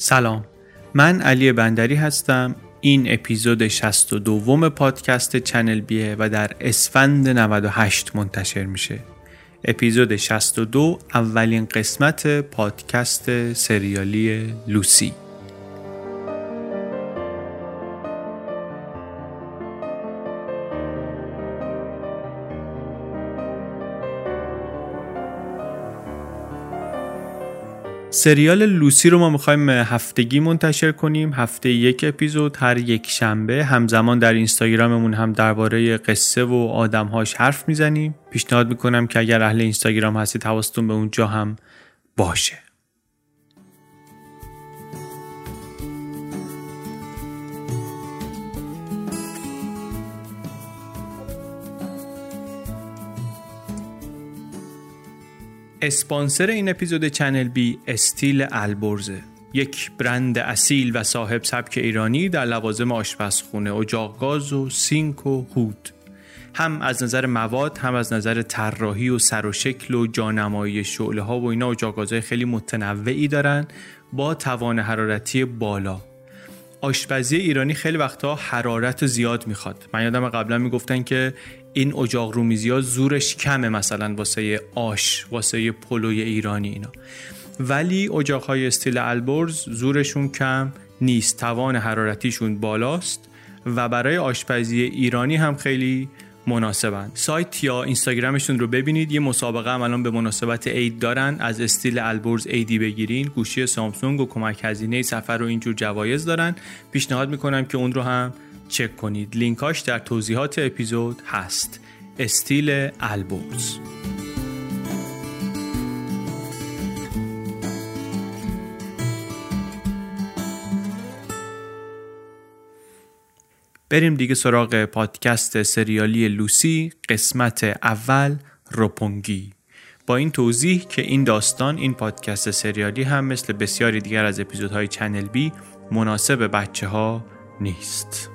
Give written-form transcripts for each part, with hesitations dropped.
سلام، من علی بندری هستم. این اپیزود 62 پادکست چنل بیه و در اسفند 98 منتشر میشه. اپیزود 62 اولین قسمت پادکست سریالی لوسی. سریال لوسی رو ما میخوایم هفتگی منتشر کنیم، هفته یک اپیزود هر یک شنبه. همزمان در اینستاگراممون هم درباره قصه و آدمهاش حرف میزنیم. پیشنهاد میکنم که اگر اهل اینستاگرام هستید حواستون به اونجا هم باشه. اسپانسر این اپیزود چنل بی استیل البرزه، یک برند اصیل و صاحب سبک ایرانی در لوازم آشپزخونه، اجاق گاز و سینک و هود. هم از نظر مواد، هم از نظر طراحی و سر و شکل و جانمایی شعله ها و اینا اجاق گازهای خیلی متنوعی دارن با توان حرارتی بالا. آشپزی ایرانی خیلی وقتا حرارت زیاد میخواد. من یادم قبلا میگفتن که این اجاق رومیزی‌ها زورش کمه، مثلا واسه آش، واسه پلوی ایرانی اینا. ولی اجاق‌های استیل البرز زورشون کم نیست، توان حرارتیشون بالاست و برای آشپزی ایرانی هم خیلی مناسبن. سایت یا اینستاگرامشون رو ببینید. یه مسابقه هم الان به مناسبت عید دارن، از استیل البرز عیدی بگیرین. گوشی سامسونگ و کمک هزینه سفر رو اینجور جوایز دارن. پیشنهاد میکنم که اون رو هم چک کنید. لینکاش در توضیحات اپیزود هست. استیل البرز. بریم دیگه سراغ پادکست سریالی لوسی، قسمت اول، روپونگی. با این توضیح که این داستان، این پادکست سریالی هم مثل بسیاری دیگر از اپیزودهای چنل بی مناسب بچه ها نیست.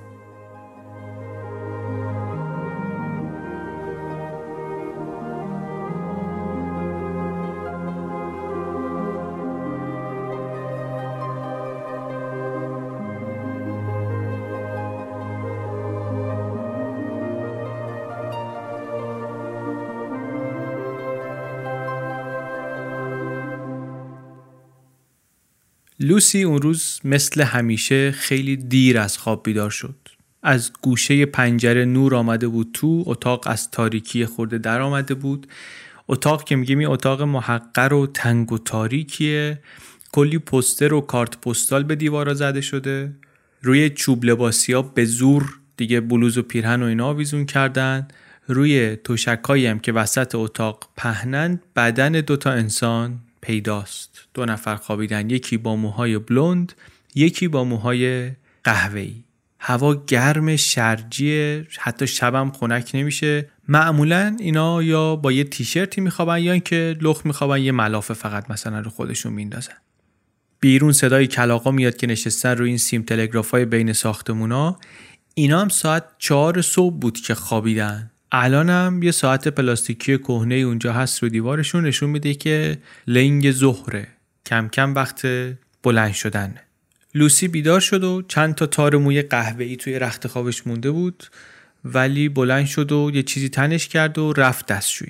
لوسی اون روز مثل همیشه خیلی دیر از خواب بیدار شد. از گوشه پنجره نور آمده بود تو، اتاق از تاریکی خورده در آمده بود. اتاق که میگیم این اتاق محقر و تنگ و تاریکیه. کلی پوستر و کارت پستال به دیوارا زده شده. روی چوب لباسی‌ها به زور دیگه بلوز و پیرهن و اینا آویزون کردن. روی تشکایی هم که وسط اتاق پهنن بدن دوتا انسان پیداست. 2 نفر خوابیدن، یکی با موهای بلوند، یکی با موهای قهوه‌ای. هوا گرم شرجیه، حتی شبم خنک نمیشه. معمولا اینا یا با یه تیشرتی میخوابن یا اینکه لخت میخوابن، یه ملافه فقط مثلا رو خودشون میندازن. بیرون صدای کلاغا میاد که نشستن روی این سیم تلگرافای بین ساختمونا. اینا هم ساعت 4 صبح بود که خوابیدن. الان هم یه ساعت پلاستیکی کهنه اونجا هست رو دیوارشون، نشون میده که لنگ ظهره، کم کم وقت بلند شدن. لوسی بیدار شد و چند تا تار موی قهوه‌ای توی رخت خوابش مونده بود، ولی بلند شد و یه چیزی تنش کرد و رفت دستشویی.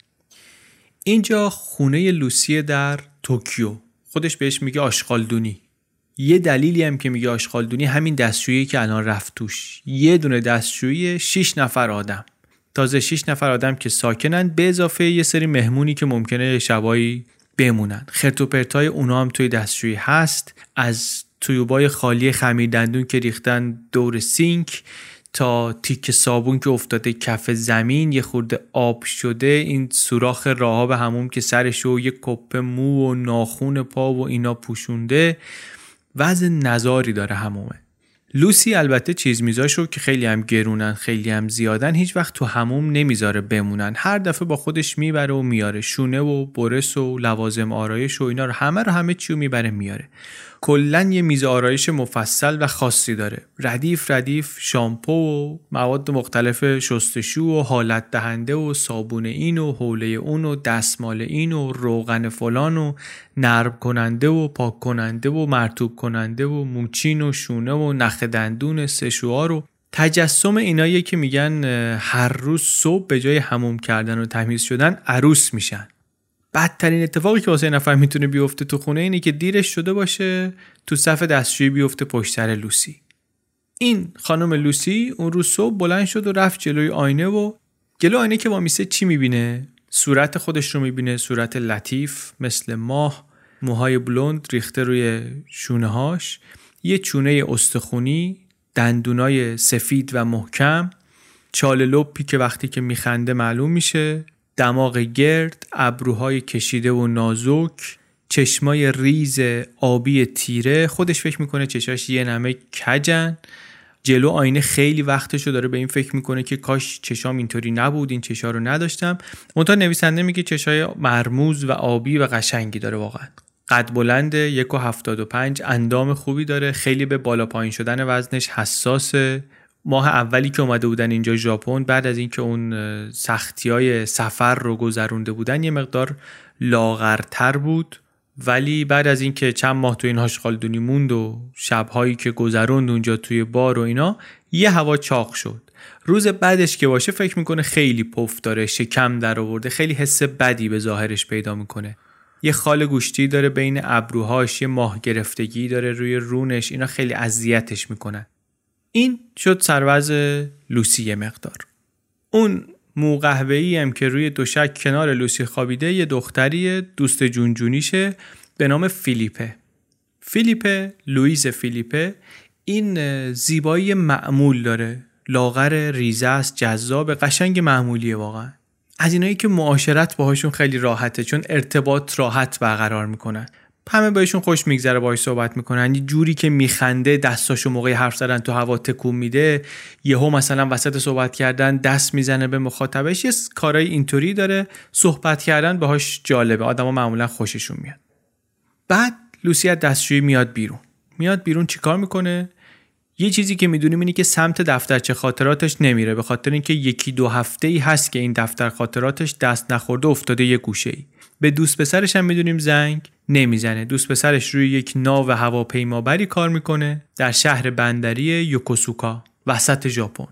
اینجا خونه لوسی در توکیو. خودش بهش میگه آشغالدونی. یه دلیلی هم که میگه آشغالدونی همین دستشویی که الان رفت توش. یه دونه دستشویی 6 نفر آدم. تازه 6 نفر آدم که ساکنن، به اضافه یه سری مهمونی که ممکنه شبایی بمونن. خرت و پرتای اونا هم توی دستشویی هست، از تویوبای خالی خمیر دندون که ریختن دور سینک تا تیک صابون که افتاده کف زمین، یه خورده آب شده، این سوراخ راهاب حموم که سرشو یه کپه مو و ناخون پا و اینا پوشونده. وضع نزاری داره حمومه. لوسی البته چیز میزاشو که خیلی هم گرونن، خیلی هم زیادن، هیچ وقت تو حموم نمیذاره بمونن. هر دفعه با خودش میبره و میاره. شونه و برس و لوازم آرایش و اینا رو همه چیو میبره میاره. کلن یه میز آرایش مفصل و خاصی داره. ردیف ردیف شامپو و مواد مختلف شستشو و حالت دهنده و صابون این و حوله اون و دستمال این و روغن فلان و نرم کننده و پاک کننده و مرطوب کننده و موچین و شونه و نخ دندون سشوار و تجسم اینایی که میگن هر روز صبح به جای حموم کردن و تمیز شدن عروس میشن. بدترین اتفاقی که واسه نفر میتونه بیفته تو خونه اینه که دیرش شده باشه تو صف دستشویی بیفته پشت سر لوسی. این خانم لوسی اون روز صبح بلند شد و رفت جلوی آینه و جلوی آینه که وامیسته چی میبینه؟ صورت خودش رو میبینه، صورت لطیف مثل ماه، موهای بلوند ریخته روی شونه هاش، یه چونه استخونی، دندونای سفید و محکم، چال لپی که وقتی که میخنده معلوم میشه، دماغ گرد، ابروهای کشیده و نازک، چشمای ریز آبی تیره، خودش فکر میکنه چشاش یه نمه کجن. جلو آینه خیلی وقتشو داره به این فکر میکنه که کاش چشام اینطوری نبود، این چشا رو نداشتم. منتها نویسنده میگه چشای مرموز و آبی و قشنگی داره واقعا. قد بلنده، 1.75، اندام خوبی داره، خیلی به بالا پایین شدن وزنش حساسه. ماه اولی که اومده بودن اینجا ژاپن، بعد از اینکه اون سختیای سفر رو گذرونده بودن یه مقدار لاغرتر بود، ولی بعد از اینکه چند ماه تو این آشغالدونی موند و شبهایی که گذروند اونجا توی بار و اینا، یه هوا چاق شد. روز بعدش که باشه فکر میکنه خیلی پف داره، شکم در آورده، خیلی حس بدی به ظاهرش پیدا میکنه. یه خال گوشتی داره بین ابروهاش، یه ماه گرفتگی داره روی رونش، اینا خیلی اذیتش میکنن. این شد سروز لوسی یه مقدار. اون مو قهوه‌ای هم که روی دوشک کنار لوسی خوابیده یه دختریه، دوست جونجونیشه به نام فیلیپه، لوئیز فیلیپه. این زیبایی معمول داره، لاغر، ریزه است، جذاب، قشنگ، معمولیه واقعا. از اینایی که معاشرت باهاشون خیلی راحته، چون ارتباط راحت برقرار میکنن. همه بهشون خوش میگذره، باهاش صحبت میکنن. یه جوری که میخنده، دستاشو موقع حرف زدن تو هوا تکون میده، یهو مثلا وسط صحبت کردن دست میزنه به مخاطبش. یه کارای اینطوری داره، صحبت کردن باهاش جالبه، آدما معمولا خوششون میاد. بعد لوسی از دستشویی میاد بیرون چیکار میکنه؟ یه چیزی که میدونیم اینه که سمت دفترچه خاطراتش نمیره، به خاطر اینکه 1-2 هفته‌ای هست که این دفتر خاطراتش دست نخورده، افتاده یه گوشه‌ای. به دوست پسرش هم میدونیم زنگ نمیزنه. دوست پسرش روی یک ناو هواپیمابری کار میکنه در شهر بندری یوکوسوکا وسط ژاپن.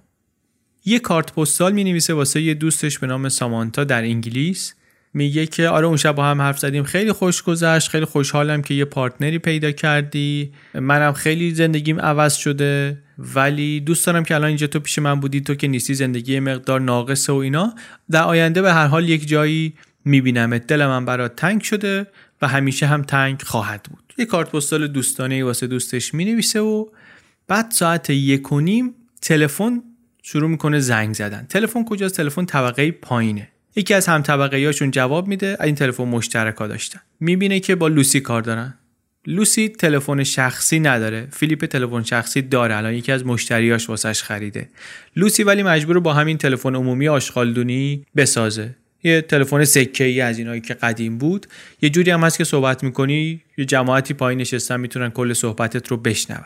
یه کارت پستال مینویسه واسه یه دوستش به نام سامانتا در انگلیس. میگه که آره اون شب با هم حرف زدیم، خیلی خوش گذشت، خیلی خوشحالم که یه پارتنری پیدا کردی، منم خیلی زندگیم عوض شده، ولی دوست دارم که الان اینجا تو پیش من بودی، تو که نیستی زندگی مقدار ناقصه و اینا، در آینده به هر حال یک جایی میبینمت، دلم من برات تنگ شده و همیشه هم تنگ خواهد بود. یه کارت پستال دوستانه واسه دوستش مینویسه و بعد ساعت 1:30 تلفن شروع میکنه زنگ زدن. تلفن کجاست؟ تلفن طبقه پایینه. یکی از هم طبقه‌ایاشون جواب میده. این تلفن مشترکا داشتن. میبینه که با لوسی کار دارن. لوسی تلفن شخصی نداره، فیلیپ تلفن شخصی داره، الان یکی از مشتریاش واسش خریده. لوسی ولی مجبوره با همین تلفن عمومی آشغالدونی بسازه. یه تلفن سکه‌ای از اینایی که قدیم بود. یه جوری هم هست که صحبت میکنی یه جماعتی پایین نشستن میتونن کل صحبتت رو بشنون.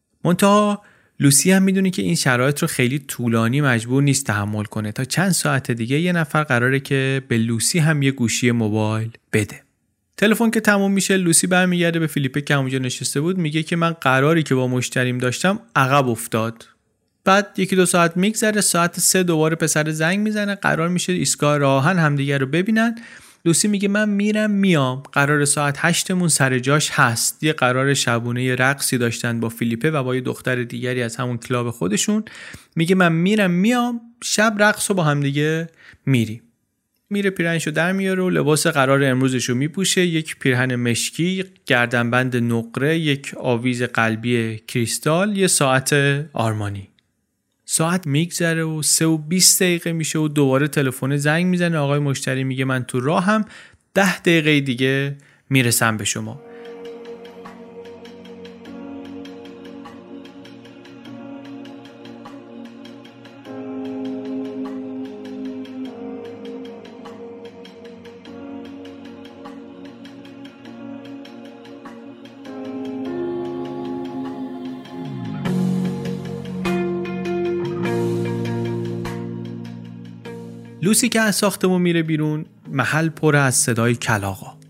منتها لوسی هم میدونه که این شرایط رو خیلی طولانی مجبور نیست تحمل کنه. تا چند ساعت دیگه یه نفر قراره که به لوسی هم یه گوشی موبایل بده. تلفن که تموم میشه، لوسی برمیگرده به فیلیپه که اونجا نشسته بود، میگه که من قراری که با مشتریم داشتم عقب افتاد. بعد 1-2 ساعت میگذره، ساعت 3 دوباره پسر زنگ میزنه، قرار میشه ایستگاه راهن همدیگه رو ببینن. لوسی میگه من میرم میام، قرار ساعت 8مون سر جاش هست. یه قرار شبونه یه رقصی داشتن با فیلیپه و با یه دختر دیگری از همون کلاب خودشون. میگه من میرم میام، شب رقصو با هم دیگه میریم. میره پیرهنشو در میاره و لباس قرار امروزشو میپوشه، یک پیرهن مشکی، گردنبند نقره، یک آویز قلبی کریستال، یه ساعت آرمانی. ساعت میگذره و 3:20 میشه و دوباره تلفن زنگ میزنه. آقای مشتری میگه من تو راهم، 10 دقیقه دیگه میرسم به شما. لوسی که از ساختمون میره بیرون، محل پر از صدای کلاغا.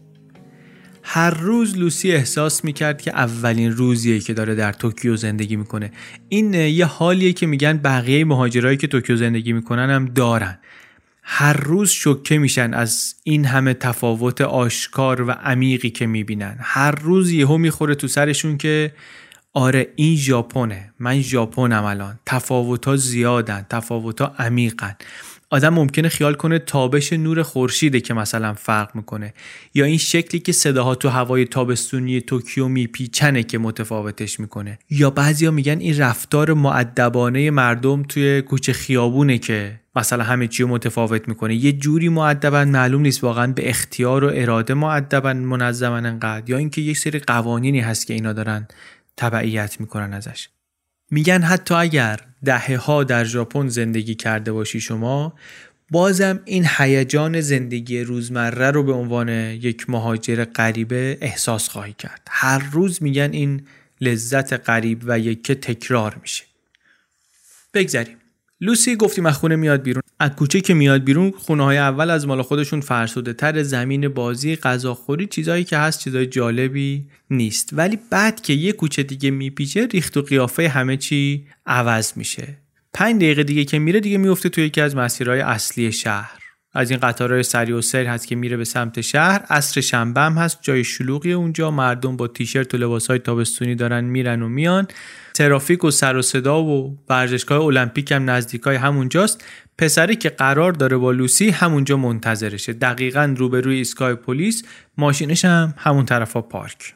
هر روز لوسی احساس میکرد که اولین روزیه که داره در توکیو زندگی میکنه. این یه حالیه که میگن بقیه مهاجرایی که توکیو زندگی میکنن هم دارن. هر روز شوکه میشن از این همه تفاوت آشکار و عمیقی که میبینن. هر روز یهو میخوره تو سرشون که آره این ژاپنه، من ژاپنم الان. تفاوت‌ها زیادن، تفاوت‌ها عمیقن. آدم ممکنه خیال کنه تابش نور خورشیده که مثلا فرق میکنه، یا این شکلی که صداها تو هوای تابستونی توکیو میپیچنه که متفاوتش میکنه، یا بعضیا میگن این رفتار مؤدبانه مردم توی کوچه خیابونه که مثلا همه چی رو متفاوت میکنه. یه جوری مؤدبن، معلوم نیست واقعا به اختیار و اراده مؤدبن منظمن انقدر، یا اینکه یک سری قوانینی هست که اینا دارن تبعیت میکنن ازش. میگن حتی اگر دهه‌ها در ژاپن زندگی کرده باشی شما، بازم این هیجان زندگی روزمره رو به عنوان یک مهاجر غریبه احساس خواهی کرد. هر روز میگن این لذت غریب و یکه تکرار میشه. بگذاریم. لوسی گفتیم از خونه میاد بیرون. از کوچه که میاد بیرون، خونه‌های اول از مال خودشون فرسوده تر، زمین بازی، غذاخوری، چیزایی که هست چیزای جالبی نیست. ولی بعد که یه کوچه دیگه میپیچه، ریخت و قیافه همه چی عوض میشه. 5 دقیقه دیگه که میره دیگه میفته توی یکی از مسیرهای اصلی شهر. از این قطارهای سریع و سیر هست که میره به سمت شهر. عصر شنبه هم هست، جای شلوغی اونجا، مردم با تیشرت و لباسهای تابستونی دارن میرن و میان. ترافیک و سر و صدا و ورزشگاه المپیک هم نزدیکای همونجاست. پسری که قرار داره با لوسی همونجا منتظرشه، دقیقاً روبروی ایستگاه پلیس. ماشینش هم همون طرفا پارک.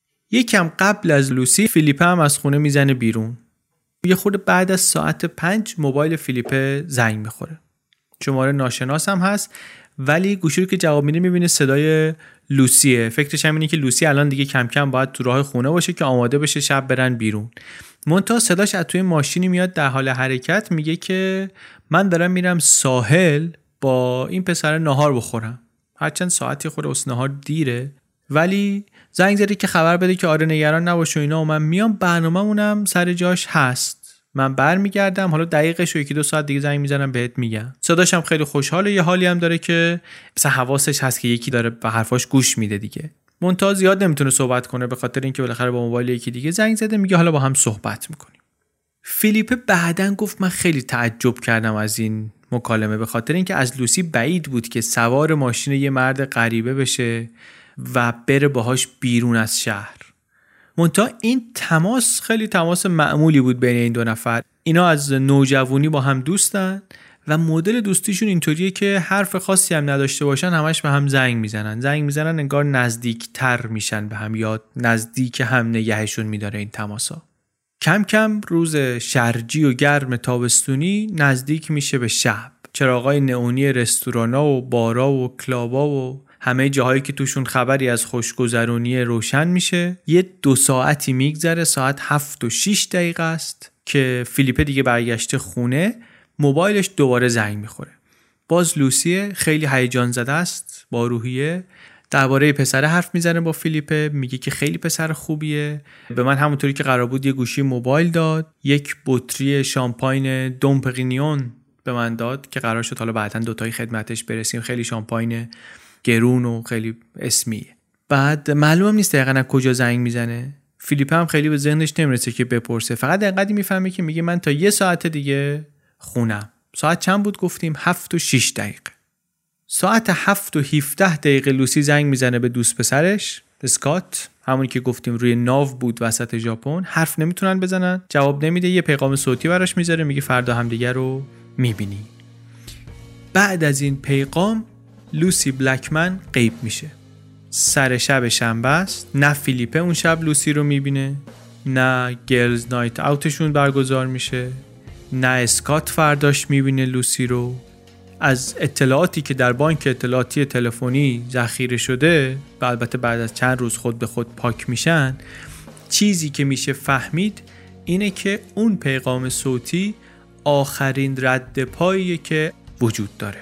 یکم قبل از لوسی، فیلیپه هم از خونه میزنه بیرون. یه خورده بعد از ساعت 5 موبایل فیلیپه زنگ میخوره. شماره ناشناس هم هست، ولی گوشی رو که جواب میده میبینه صدای لوسیه. فکرش هم اینه که لوسی الان دیگه کم کم باید تو راه خونه باشه که آماده بشه شب برن بیرون. منتها صداش از توی ماشینی میاد در حال حرکت، میگه که من دارم میرم ساحل با این پسر نهار بخورم. هرچند ساعتی خورده واسه نهار دیره، ولی زنگ زدی که خبر بده که آره نگران نباش و اینا، و من میام، برنامه‌مونم سر جاش هست، من برمیگردم، حالا دقیقش رو 1-2 ساعت دیگه زنگ میزنم بهت میگم. صداش هم خیلی خوشحاله، یه حالی هم داره که مثلا حواسش هست که یکی داره به حرفاش گوش میده دیگه. منتها زیاد نمیتونه صحبت کنه به خاطر اینکه بالاخره با موبایل یکی دیگه زنگ زده. میگه حالا با هم صحبت میکنیم. فیلیپه بعدن گفت من خیلی تعجب کردم از این مکالمه، به خاطر اینکه از لوسی بعید بود که سوار ماشین یه مرد غریبه بشه و بره باهاش بیرون از شهر. منتها این تماس خیلی تماس معمولی بود بین این دو نفر. اینا از نوجوانی با هم دوستن و مدل دوستیشون اینطوریه که حرف خاصی هم نداشته باشن همش به هم زنگ میزنن انگار نزدیکتر میشن به هم، یا نزدیک هم نگهشون میداره این تماسا. کم کم روز شرجی و گرم تابستونی نزدیک میشه به شب. چراغای نئونی رستورانا و بارا و کلابا و همه جاهایی که توشون خبری از خوشگذرونی روشن میشه. 2 ساعتی میگذره، ساعت 7:06 است که فیلیپه دیگه برگشته خونه. موبایلش دوباره زنگ میخوره. باز لوسی خیلی هیجان زده است، با روحیه، درباره پسر حرف میزنه با فیلیپه. میگه که خیلی پسر خوبیه، به من همونطوری که قرار بود یه گوشی موبایل داد، 1 بطری شامپاین دوم پرینیون به من داد که قرار شد حالا بعداً 2 تایی خدمتش برسیم. خیلی شامپاین گرون و خیلی اسمیه. بعد معلوم نیست دقیقاً از کجا زنگ میزنه. فیلیپه هم خیلی به ذهنش نمیرسه که بپرسه، فقط دقیقاً میفهمه که میگه من تا 1 ساعت دیگه خونم. ساعت چند بود گفتیم؟ 7:06. ساعت 7:17 لوسی زنگ میزنه به دوست پسرش اسکات، همونی که گفتیم روی ناو بود وسط ژاپن. حرف نمیتونن بزنن، جواب نمیده. یه پیغام صوتی براش میذاره، میگه فردا همدیگه رو میبینی. بعد از این پیغام لوسی بلکمن غیب میشه. سر شب شنبه است. نه فیلیپه اون شب لوسی رو میبینه، نه گرلز نایت اوتشون برگزار میشه، نه اسکات فرداش میبینه لوسی رو. از اطلاعاتی که در بانک اطلاعاتی تلفنی ذخیره شده و البته بعد از چند روز خود به خود پاک میشن، چیزی که میشه فهمید اینه که اون پیغام صوتی آخرین رد پاییه که وجود داره.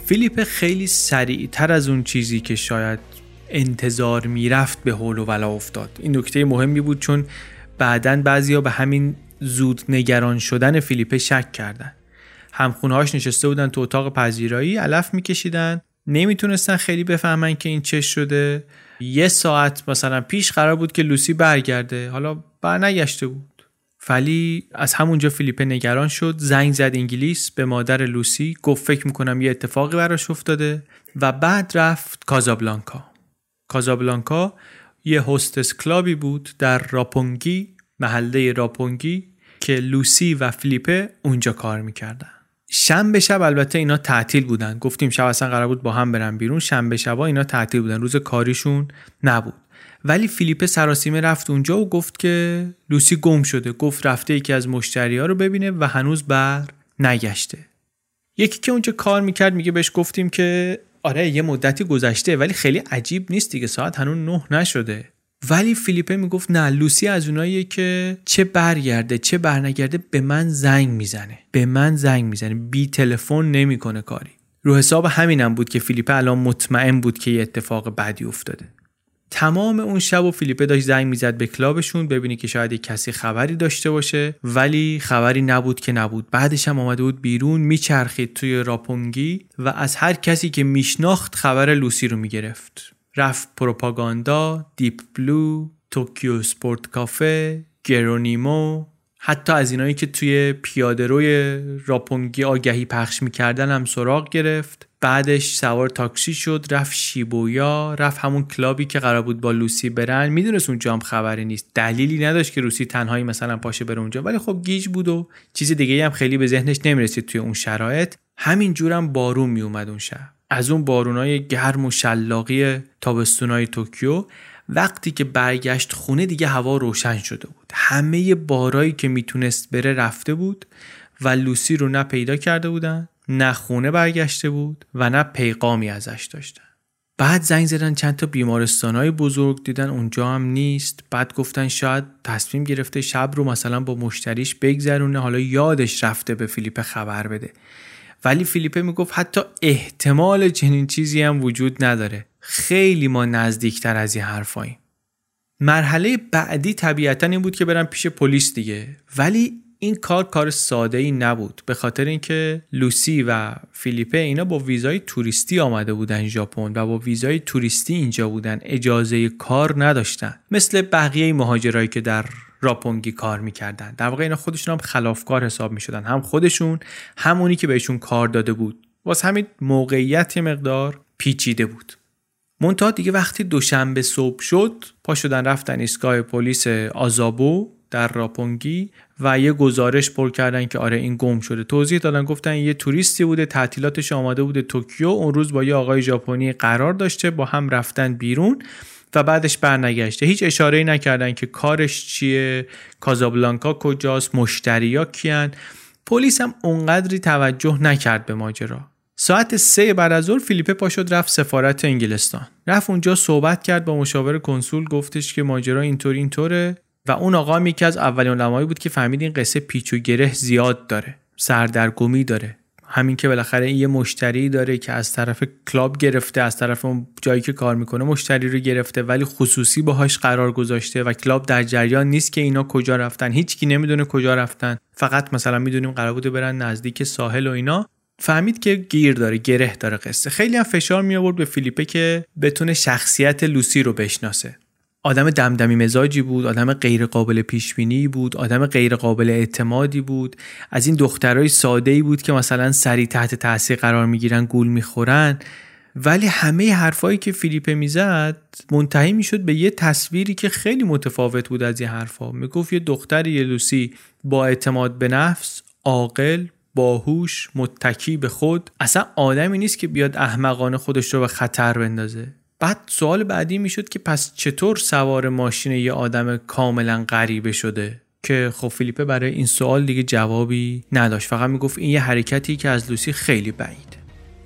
فیلیپه خیلی سریعتر از اون چیزی که شاید انتظار میرفت به حول و ولا افتاد. این نکته مهمی بود چون بعداً بعضیا به همین زود نگران شدن فیلیپه شک کردن. همخونه‌هاش نشسته بودن تو اتاق پذیرایی، علف میکشیدن، نمیتونستن خیلی بفهمن که این چه شده. 1 ساعت مثلا پیش قرار بود که لوسی برگرده، حالا برنگشته بود. ولی از همونجا فیلیپه نگران شد، زنگ زد انگلیس به مادر لوسی، گفت فکر میکنم یه اتفاقی براش افتاده و بعد رفت کازابلانکا. کازابلانکا یه هاستس کلابی بود در راپونگی، محله راپونگی که لوسی و فیلیپه اونجا کار میکردن. شنبه شب البته اینا تعطیل بودن، گفتیم شب اصلا قرار بود با هم برن بیرون، شنبه شبا اینا تعطیل بودن، روز کاریشون نبود. ولی فیلیپه سراسیمه رفت اونجا و گفت که لوسی گم شده، گفت رفته یکی از مشتری‌ها رو ببینه و هنوز بر نگشته. یکی که اونجا کار میکرد میگه بهش گفتیم که آره یه مدتی گذشته ولی خیلی عجیب نیست دیگه، ساعت هنوز 9 نشده. ولی فیلیپه میگفت نه، لوسی از اوناییه که چه برگرده چه برنگرده به من زنگ میزنه، بی تلفن نمیکنه کاری. رو حساب همینم بود که فیلیپه الان مطمئن بود که یه اتفاق بدی افتاده. تمام اون شب و فیلیپه داشت زنگ میزد به کلابشون ببینی که شاید کسی خبری داشته باشه، ولی خبری نبود که نبود. بعدش هم اومده بود بیرون میچرخید توی راپونگی و از هر کسی که میشناخت خبر لوسی رو میگرفت. رفت پروپاگاندا، دیپ بلو، توکیو سپورت کافه، گرونیمو، حتی از اینایی که توی پیاده روی راپونگی آگهی پخش میکردن هم سراغ گرفت. بعدش سوار تاکسی شد، رفت شیبویا، رفت همون کلابی که قرار بود با لوسی برن. میدونست اونجا هم خبری نیست، دلیلی نداشت که لوسی تنهایی مثلا پاشه بره اونجا، ولی خب گیج بود و چیز دیگه هم خیلی به ذهنش نمیرسید توی اون شرایط. همینجورم بارون میومد اون شب، از اون بارونای گرم و شلاقی تابستونای توکیو. وقتی که برگشت خونه دیگه هوا روشن شده بود، همه بارایی که میتونست بره رفته بود و لوسی رو نه پیدا کرده بودن، نه خونه برگشته بود و نه پیغامی ازش داشتن. بعد زنگ زدن چند تا بیمارستانای بزرگ، دیدن اونجا هم نیست. بعد گفتن شاید تصمیم گرفته شب رو مثلا با مشتریش بگذرونه، حالا یادش رفته به فیلیپه خبر بده. ولی فیلیپه میگفت حتی احتمال چنین چیزی هم وجود نداره، خیلی ما نزدیکتر از این حرفاییم. مرحله بعدی طبیعتاً این بود که برن پیش پلیس دیگه، ولی این کار ساده ای نبود، به خاطر اینکه لوسی و فیلیپه اینا با ویزای توریستی آمده بودن ژاپن و با ویزای توریستی اینجا بودن، اجازه کار نداشتن، مثل بقیه مهاجرایی که در راپونگی کار میکردن. در واقع اینا خودشون هم خلافکار حساب میشدن، هم خودشون همونی که بهشون کار داده بود. واسه همین موقعیت مقدار پیچیده بود. منتها دیگه وقتی دوشنبه صبح شد پا شدن رفتن ایستگاه پلیس آزابو در راپونگی و یه گزارش پر کردن که آره این گم شده. توضیح دادن، گفتن یه توریستی بوده، تعطیلاتش آماده بوده توکیو، اون روز با یه آقای ژاپنی قرار داشته، با هم رفتن بیرون و بعدش برنگشته. هیچ اشاره‌ای نکردن که کارش چیه، کازابلانکا کجاست، مشتریا کیان. پلیس هم اونقدری توجه نکرد به ماجرا. ساعت 3 بعد از ظهر فیلیپه پا شد رفت سفارت انگلستان. رفت اونجا صحبت کرد با مشاور کنسول، گفتش که ماجرا اینطوره و اون آقا هم یکی از اولین علمایی بود که فهمید این قصه پیچ و گره زیاد داره، سردرگمی داره. همین که بالاخره این یه مشتری داره که از طرف کلاب گرفته، از طرف اون جایی که کار میکنه مشتری رو گرفته، ولی خصوصی باهاش قرار گذاشته و کلاب در جریان نیست که اینا کجا رفتن، هیچکی نمیدونه کجا رفتن، فقط مثلا میدونیم قرار بوده برن نزدیک ساحل و اینا. فهمید که گیر داره، گره داره قصه. خیلی هم فشار می آورد به فیلیپه که بتونه شخصیت لوسی رو بشناسه. آدم دمدمی مزاجی بود، آدم غیر قابل پیش بینی بود، آدم غیر قابل اعتمادی بود، از این دخترای ساده‌ای بود که مثلا سریع تحت تاثیر قرار میگیرن، گول میخورن. ولی همه حرفایی که فیلیپه میزد منتهی میشد به یه تصویری که خیلی متفاوت بود از این حرفا. میگفت یه دختری لوسی با اعتماد به نفس، عاقل، باهوش، متکی به خود، اصلا آدمی نیست که بیاد احمقانه خودش رو به خطر بندازه. بعد سوال بعدی میشد که پس چطور سوار ماشین یه آدم کاملا غریبه شده؟ که خب فیلیپه برای این سوال دیگه جوابی نداشت، فقط میگفت این یه حرکتی که از لوسی خیلی بعید.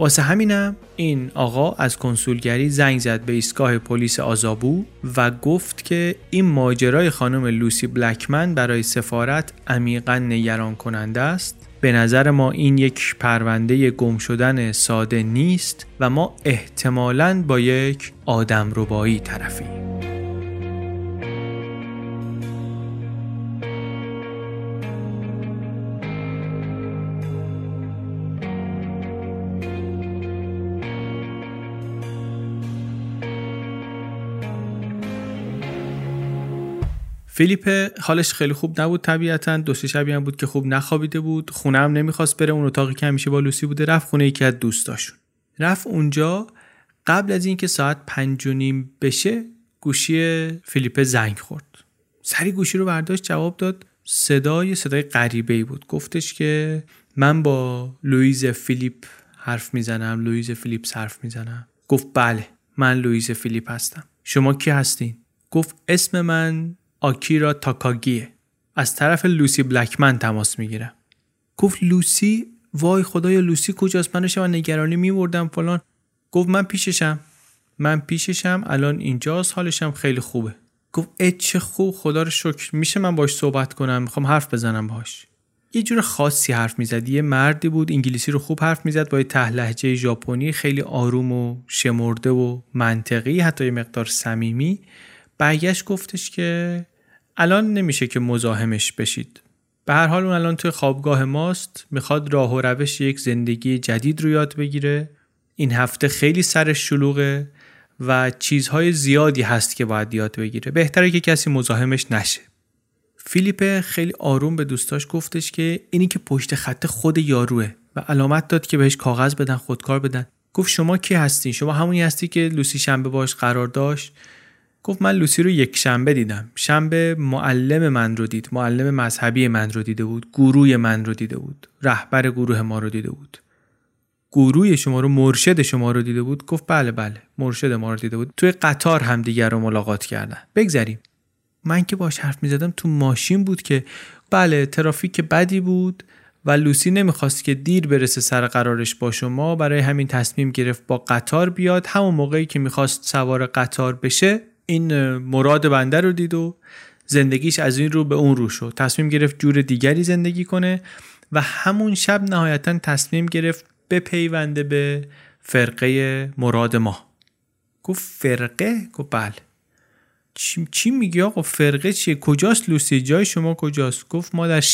واسه همینم این آقا از کنسولگری زنگ زد به ایستگاه پلیس آذابو و گفت که این ماجرای خانم لوسی بلکمن برای سفارت عمیقاً نگران کننده است. به نظر ما این یک پرونده گم شدن ساده نیست و ما احتمالاً با یک آدمربایی طرفیم. فیلیپ حالش خیلی خوب نبود طبیعتاً. دو سه شبی هم بود که خوب نخوابیده بود. خونه هم نمیخواست بره، اون اتاقی که همیشه با لوسی بوده. رفت خونه یکی از دوستاشون. رفت اونجا. قبل از اینکه ساعت 5:30 بشه گوشی فیلیپ زنگ خورد. سری گوشی رو برداشت، جواب داد. صدای غریبه‌ای بود. گفتش که من با لوئیز فیلیپ حرف میزنم. لوئیز فیلیپ حرف میزنم. گفت بله من لوئیز فیلیپ هستم. شما کی هستین؟ گفت اسم من آکیرا تاکاگیه. از طرف لوسی بلکمن تماس میگیرم. گفت لوسی؟ وای خدایا لوسی کجاست؟ من داشتم نگرانی میمردم فلان. گفت من پیششم الان اینجاست، حالشم خیلی خوبه. گفت چه خوب، خدا رو شکر. میشه من باش صحبت کنم؟ میخوام حرف بزنم باهاش. یه جور خاصی حرف میزد. یه مردی بود انگلیسی رو خوب حرف میزد با یه ته لهجه ژاپنی خیلی آروم و شمرده و منطقی، حتی یه مقدار صمیمی. برگشت گفتش که الان نمیشه که مزاحمش بشید. به هر حال اون الان توی خوابگاه ماست، میخواد راه و روش یک زندگی جدید رو یاد بگیره. این هفته خیلی سرش شلوغه و چیزهای زیادی هست که باید یاد بگیره. بهتره که کسی مزاحمش نشه. فیلیپ خیلی آروم به دوستاش گفتش که اینی که پشت خط خود یاروه و علامت داد که بهش کاغذ بدن، خودکار بدن. گفت شما کی هستی؟ شما همونی هستی که لوسی شنبه باش قرار داشت؟ گفت من لوسی رو یک شنبه دیدم. شنبه معلم من رو دید. معلم مذهبی من رو دیده بود. گروه من رو دیده بود. رهبر گروه ما رو دیده بود. گروه شما رو، مرشد شما رو دیده بود؟ گفت بله مرشد ما رو دیده بود. توی قطار هم دیگر رو ملاقات کردن. بگذریم. من که باش حرف می‌زدم تو ماشین بود که بله ترافیک بدی بود و لوسی نمیخواست که دیر برسه سر قرارش با شما، برای همین تصمیم گرفت با قطار بیاد. همون موقعی که میخواست سوار قطار بشه این مراد بنده رو دید و زندگیش از این رو به اون رو شد. تصمیم گرفت جور دیگری زندگی کنه و همون شب نهایتاً تصمیم گرفت بپیونده به فرقه مراد ما. گفت فرقه؟ گفت بله. چی میگی آقا؟ فرقه چیه؟ کجاست لوسی؟ جای شما کجاست؟ گفت ما در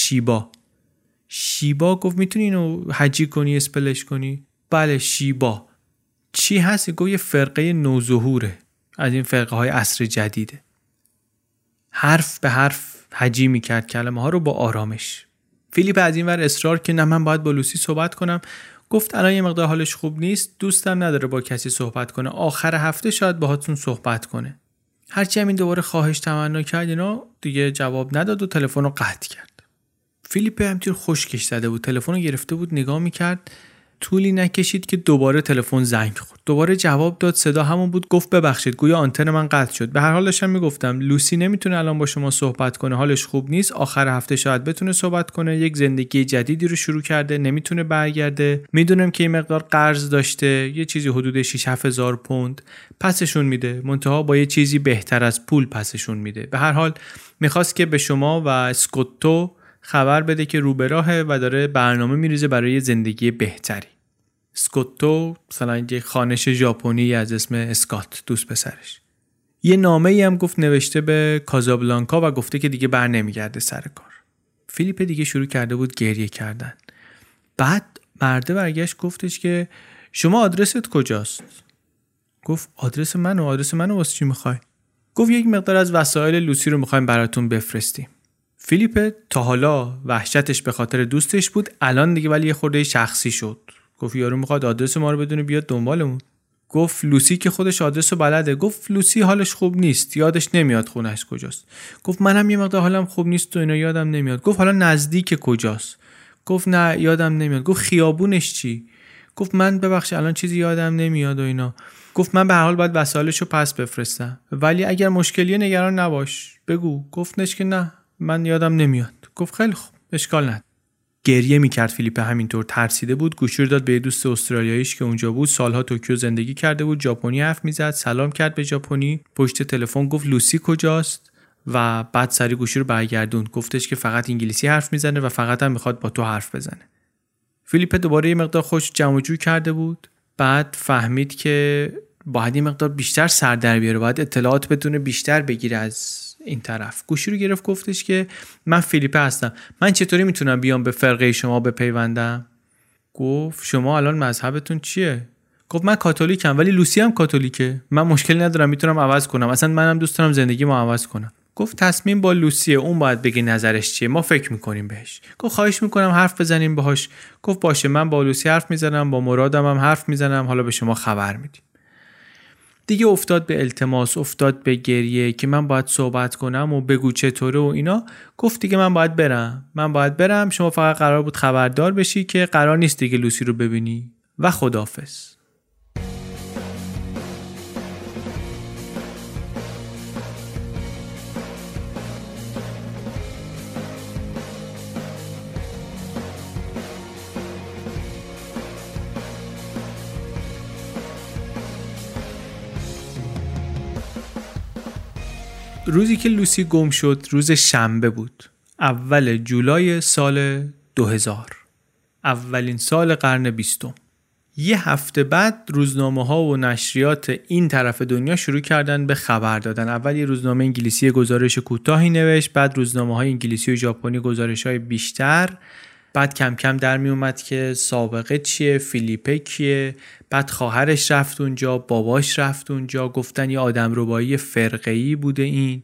شیبا. گفت میتونی اینو حجی کنی، اسپلش کنی؟ بله شیبا. چی هست؟ گفت یه فرقه نوظهوره، از این فرقه های عصر جدیده. حرف به حرف حجی میکرد کلمه ها رو با آرامش. فیلیپ از این ور اصرار که نه من باید با لوسی صحبت کنم. گفت الان یه مقدار حالش خوب نیست، دوستم نداره با کسی صحبت کنه، آخر هفته شاید باهاتون صحبت کنه. هرچی همین دوباره خواهش تمنا کرد اینا دیگه جواب نداد و تلفن رو قطع کرد. فیلیپ همینطور خشکش زده بود، تلفن رو گرفته بود نگاه میکرد. طولی نکشید که دوباره تلفن زنگ خورد. دوباره جواب داد، صدا همون بود. گفت ببخشید گویا آنتن من قطع شد. به هر حال داشتم میگفتم لوسی نمیتونه الان با شما صحبت کنه، حالش خوب نیست، آخر هفته شاید بتونه صحبت کنه، یک زندگی جدیدی رو شروع کرده، نمیتونه برگرده. میدونم که این مقدار قرض داشته، یه چیزی حدود 6-7 هزار پوند پسشون میده، منتها با یه چیزی بهتر از پول پسشون میده. به هر حال میخواست که به شما و اسکوتو خبر بده که رو به راهه و داره برنامه میریزه برای زندگی بهتری. اسکوتو مثلا یه خانش ژاپنی از اسم اسکات، دوست پسرش. یه نامه‌ای هم گفت نوشته به کازابلانکا و گفته که دیگه بر نمیگرده سر کار. فیلیپ دیگه شروع کرده بود گریه کردن. بعد مرده برگشت گفتش که شما آدرست کجاست؟ گفت آدرس منو واسه چی میخوای؟ گفت یک مقدار از وسایل لوسی رو میخوایم براتون بفرستیم. فیلیپ تا حالا وحشتش به خاطر دوستش بود، الان دیگه ولی یه خورده شخصی شد. گفت یارو میخواد آدرس ما رو بدونه بیاد دنبالمون. گفت لوسی که خودش آدرس رو بلده. گفت لوسی حالش خوب نیست، یادش نمیاد خونهش کجاست. گفت منم یه مقدار حالم خوب نیست و اینا یادم نمیاد. گفت حالا نزدیک کجاست؟ گفت نه یادم نمیاد. گفت خیابونش چی؟ گفت من ببخشید الان چیزی یادم نمیاد و اینا. گفت من به هر حال باید وسایلشو پس بفرستم، ولی اگر مشکلیه نگران نباش بگو. گفتش که نه من یادم نمیاد. گفت خیلی خوب اشکال نداره. گریه میکرد. فیلیپه همینطور ترسیده بود. گوشی رو داد به دوست استرالیاییش که اونجا بود، سالها توکیو زندگی کرده بود، ژاپنی حرف میزد، سلام کرد به ژاپنی. پشت تلفن گفت لوسی کجاست و بعد سری گوشی رو برگردوند، گفتش که فقط انگلیسی حرف میزنه و فقط هم میخواد با تو حرف بزنه. فیلیپه دوباره یه مقدار خوش جمع جور کرده بود. بعد فهمید که باید یه مقدار بیشتر سر در بیاره، باید اطلاعات بتونه بیشتر بگیره از این طرف. گوشی رو گرفت، گفتش که من فیلیپه هستم، من چطوری میتونم بیام به فرقه شما بپیوندم؟ گفت شما الان مذهبتون چیه؟ گفت من کاتولیکم، ولی لوسی هم کاتولیکه، من مشکلی ندارم، میتونم عوض کنم، اصلا منم دوست دارم زندگیمو عوض کنم. گفت تصمیم با لوسیه، اون باید بگه نظرش چیه، ما فکر میکنیم بهش. گفت خواهش میکنم حرف بزنیم باهاش. گفت باشه، من با لوسی حرف میزنم، با مرادم هم حرف میزنم، حالا به شما خبر میدیم. دیگه افتاد به التماس، افتاد به گریه که من باید صحبت کنم و بگو چطوره و اینا. گفت دیگه من باید برم، شما فقط قرار بود خبردار بشی که قرار نیست دیگه لوسی رو ببینی و خداحافظ. روزی که لوسی گم شد روز شنبه بود، اول جولای سال 2000، اولین سال قرن 20. یه هفته بعد روزنامه‌ها و نشریات این طرف دنیا شروع کردن به خبر دادن. اول یه روزنامه انگلیسی گزارش کوتاهی نوشت، بعد روزنامه‌های انگلیسی و ژاپنی گزارش‌های بیشتر، بعد کم کم در می اومد که سابقه چیه، فیلیپه کیه، بعد خواهرش رفت اونجا، باباش رفت اونجا، گفتن یه آدمربایی فرقه‌ای بوده این.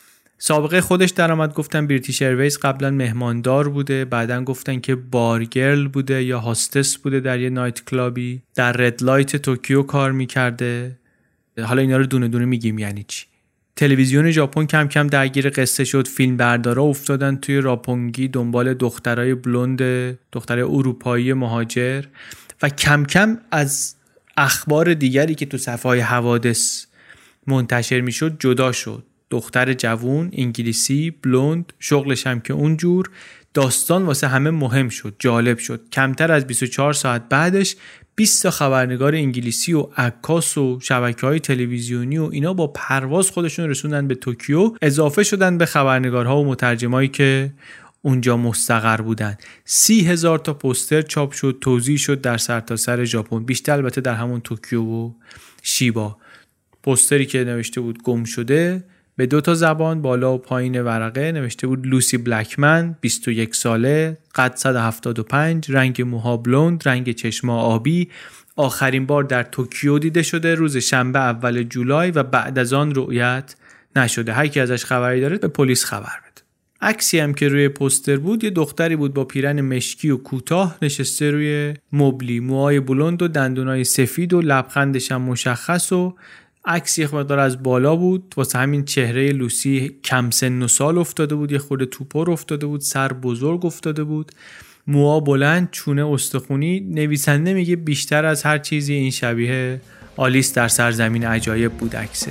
سابقه خودش در اومد، گفتن بریتیش ایرویز قبلا مهماندار بوده، بعدن گفتن که بارگرل بوده یا هاستس بوده در یه نایت کلابی، در رد لایت توکیو کار میکرده. حالا اینا رو دونه دونه میگیم یعنی چی. تلویزیون ژاپن کم کم درگیر قصه شد، فیلم بردارا افتادن توی راپونگی دنبال دخترای بلوند، دخترای اروپایی مهاجر، و کم کم از اخبار دیگری که تو صفحه‌های حوادث منتشر میشد جدا شد. دختر جوون انگلیسی بلوند، شغلش هم که اونجور، داستان واسه همه مهم شد، جالب شد. کمتر از 24 ساعت بعدش 20 تا خبرنگار انگلیسی و عکاس و شبکه‌های تلویزیونی و اینا با پرواز خودشون رسوندن به توکیو، اضافه شدن به خبرنگارها و مترجمایی که اونجا مستقر بودن. 30,000 تا پوستر چاپ شد، توزیع شد در سرتاسر ژاپن، بیشتر البته در همون توکیو و شیبا. پوستری که نوشته بود گم شده به 2 تا زبان، بالا و پایین ورقه نوشته بود لوسی بلکمن، 21 ساله، قد 175، رنگ موها بلوند، رنگ چشما آبی، آخرین بار در توکیو دیده شده روز شنبه اول جولای و بعد از آن رؤیت نشده. هر کی ازش خبری داره به پلیس خبر بده. عکسی هم که روی پوستر بود یه دختری بود با پیرن مشکی و کوتاه نشسته روی مبلی، موهای بلوند و دندونای سفید و لبخندش هم مشخص، و عکس یه خورده از بالا بود، واسه همین چهره لوسی کم سن و سال افتاده بود، یه خورده توپر افتاده بود، سر بزرگ افتاده بود، موها بلند، چونه استخونی. نویسنده میگه بیشتر از هر چیزی این شبیه آلیس در سرزمین عجایب بود عکسه.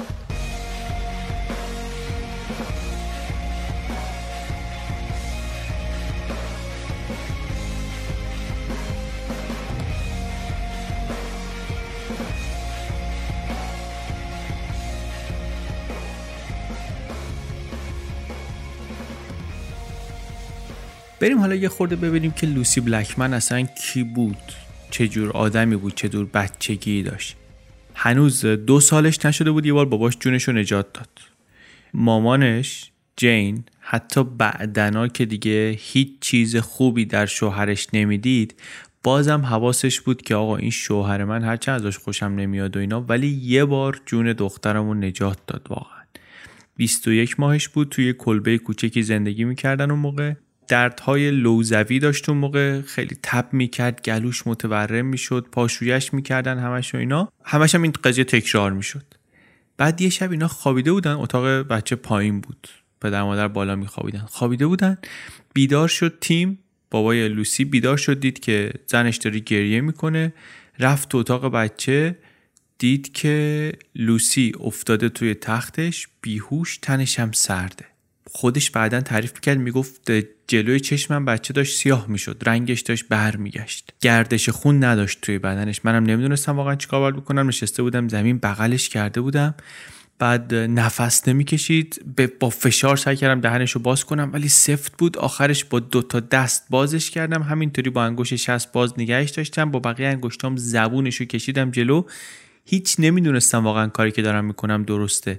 بریم حالا یه خورده ببینیم که لوسی بلکمن اصلا کی بود، چه جور آدمی بود، چه جور بچگی داشت. هنوز 2 سالش نشده بود یه بار باباش جونش رو نجات داد. مامانش جین حتی بعدنا که دیگه هیچ چیز خوبی در شوهرش نمیدید، بازم حواسش بود که آقا این شوهر من هرچند ازش خوشم نمیاد و اینا، ولی یه بار جون دخترم رو نجات داد. واقعا 21 ماهش بود، توی کلبه کوچکی زندگی میکردن اون موقع. دردهای لوزوی داشت اون موقع، خیلی تب میکرد، گلوش متورم میشد، پاشویش میکردن همش و اینا، همش هم این قضیه تکرار میشد. بعد یه شب اینا خوابیده بودن، اتاق بچه پایین بود، پدر مادر بالا میخوابیدن، خوابیده بودن. بیدار شد تیم، بابای لوسی بیدار شد، دید که زنش داره گریه میکنه، رفت تو اتاق بچه، دید که لوسی افتاده توی تختش بیهوش، تنش هم سرده. خودش بعداً تعریف میکرد، میگفت جلوی چشمم بچه داشت سیاه میشد، رنگش داشت برمیگشت، گردش خون نداشت توی بدنش. منم نمیدونستم واقعا چیکار باید بکنم. نشسته بودم زمین، بغلش کرده بودم، بعد نفس نمیکشید. با فشار سعی کردم دهنشو باز کنم ولی سفت بود. آخرش با 2 دست بازش کردم، همینطوری با انگشت شست باز نگهش داشتم، با بقیه انگشتام زبونشو کشیدم جلو. هیچ نمیدونستم واقعا کاری که دارم میکنم درسته،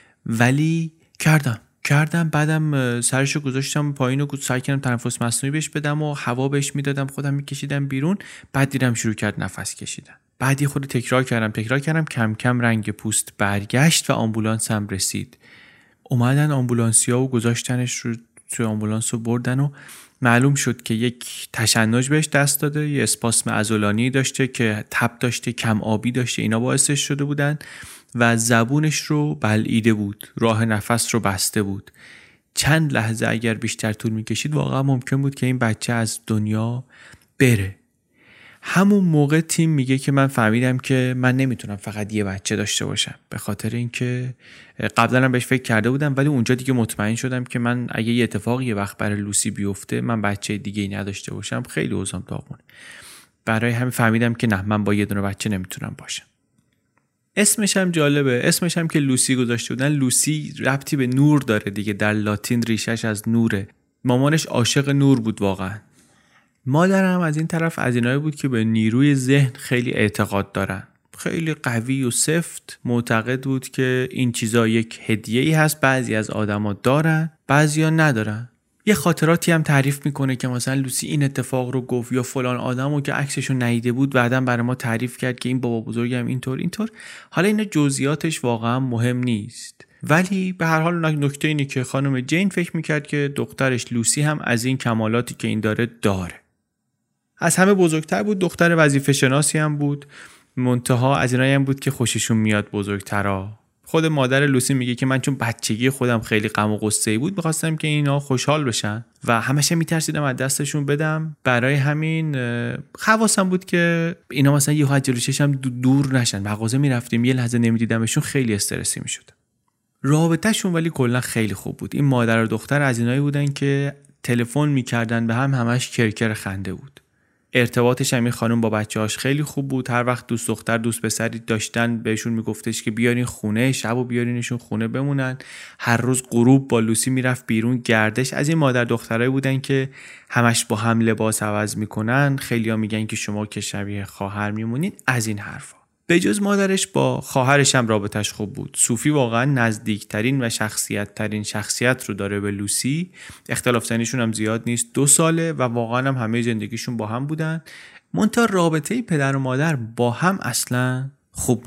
ولی کردم. بعدم سرشو گذاشتم پایین و سعی کردم تنفس مصنوعی بهش بدم و هوا بهش میدادم، خودم میکشیدم بیرون. بعد دیدم شروع کرد نفس کشیدن. بعد یه خود تکرار کردم، کم کم رنگ پوست برگشت و آمبولانس هم رسید. اومدن آمبولانسیا و گذاشتنش رو توی آمبولانس و بردن و معلوم شد که یک تشنج بهش دست داده، یه اسپاسم عضلانی داشته که تب داشته، کم آبی داشته، اینا باعثش شده بودن و زبونش رو بلعیده بود، راه نفس رو بسته بود. چند لحظه اگر بیشتر طول میکشید واقعا ممکن بود که این بچه از دنیا بره. همون موقع تیم میگه که من فهمیدم که من نمیتونم فقط یه بچه داشته باشم، به خاطر اینکه قبلا هم بهش فکر کرده بودم ولی اونجا دیگه مطمئن شدم که من اگه یه اتفاقی یه وقت برای لوسی بیفته، من بچه دیگه ای نداشته باشم، خیلی اوضاعم داغونه. برای همین فهمیدم که نه، من با یه دونه بچه نمیتونم باشم. اسمش هم جالبه، اسمش هم که لوسی گذاشته بودن. لوسی ربطی به نور داره دیگه، در لاتین ریشش از نوره. مامانش عاشق نور بود واقعا. مادرم از این طرف از اینایی بود که به نیروی ذهن خیلی اعتقاد دارن، خیلی قوی و سفت معتقد بود که این چیزا یک هدیه‌ای هست، بعضی از آدما دارن بعضیا ندارن. یه خاطراتی هم تعریف میکنه که مثلا لوسی این اتفاق رو گفت یا فلان آدمو که عکسشو ندیده بود بعداً برای ما تعریف کرد که این بابا بزرگم اینطور. حالا اینا جزئیاتش واقعا مهم نیست، ولی به هر حال نکته اینه که خانم جین فکر میکرد که دخترش لوسی هم از این کمالاتی که این داره. از همه بزرگتر بود، دختر وظیفه شناسی هم بود، منتها از اینایی هم بود که خوششون میاد بزرگترا. خود مادر لوسی میگه که من چون بچگی خودم خیلی غم و غصه‌ای بود می‌خواستم که اینا خوشحال بشن و همیشه میترسیدم از دستشون بدم، برای همین حواسم بود که اینا مثلا یه جلوی چشم دور نشن. مغازه میرفتیم یه لحظه نمیدیدمشون، خیلی استرسی میشد. رابطه‌شون ولی کلا خیلی خوب بود. این مادر و دختر از اینایی بودن که تلفن میکردن به هم، همش کرکر خنده بود. ارتباطش هم این خانم با بچه‌هاش خیلی خوب بود. هر وقت دوست دختر دوست پسری داشتن بهشون میگفتش که بیارین خونه، شبو بیارینشون خونه بمونن. هر روز غروب با لوسی میرفت بیرون گردش. از این مادر دخترایی بودن که همش با هم لباس عوض میکنن. خیلیا میگن که شما که شبیه خواهر میمونین، از این حرفا. به جز مادرش با خواهرش هم رابطش خوب بود. صوفی واقعا نزدیکترین و شخصیت رو داره به لوسی. اختلاف سنیشون هم زیاد نیست، 2 ساله و واقعا هم همه زندگیشون با هم بودن. منتها رابطه پدر و مادر با هم اصلا خوب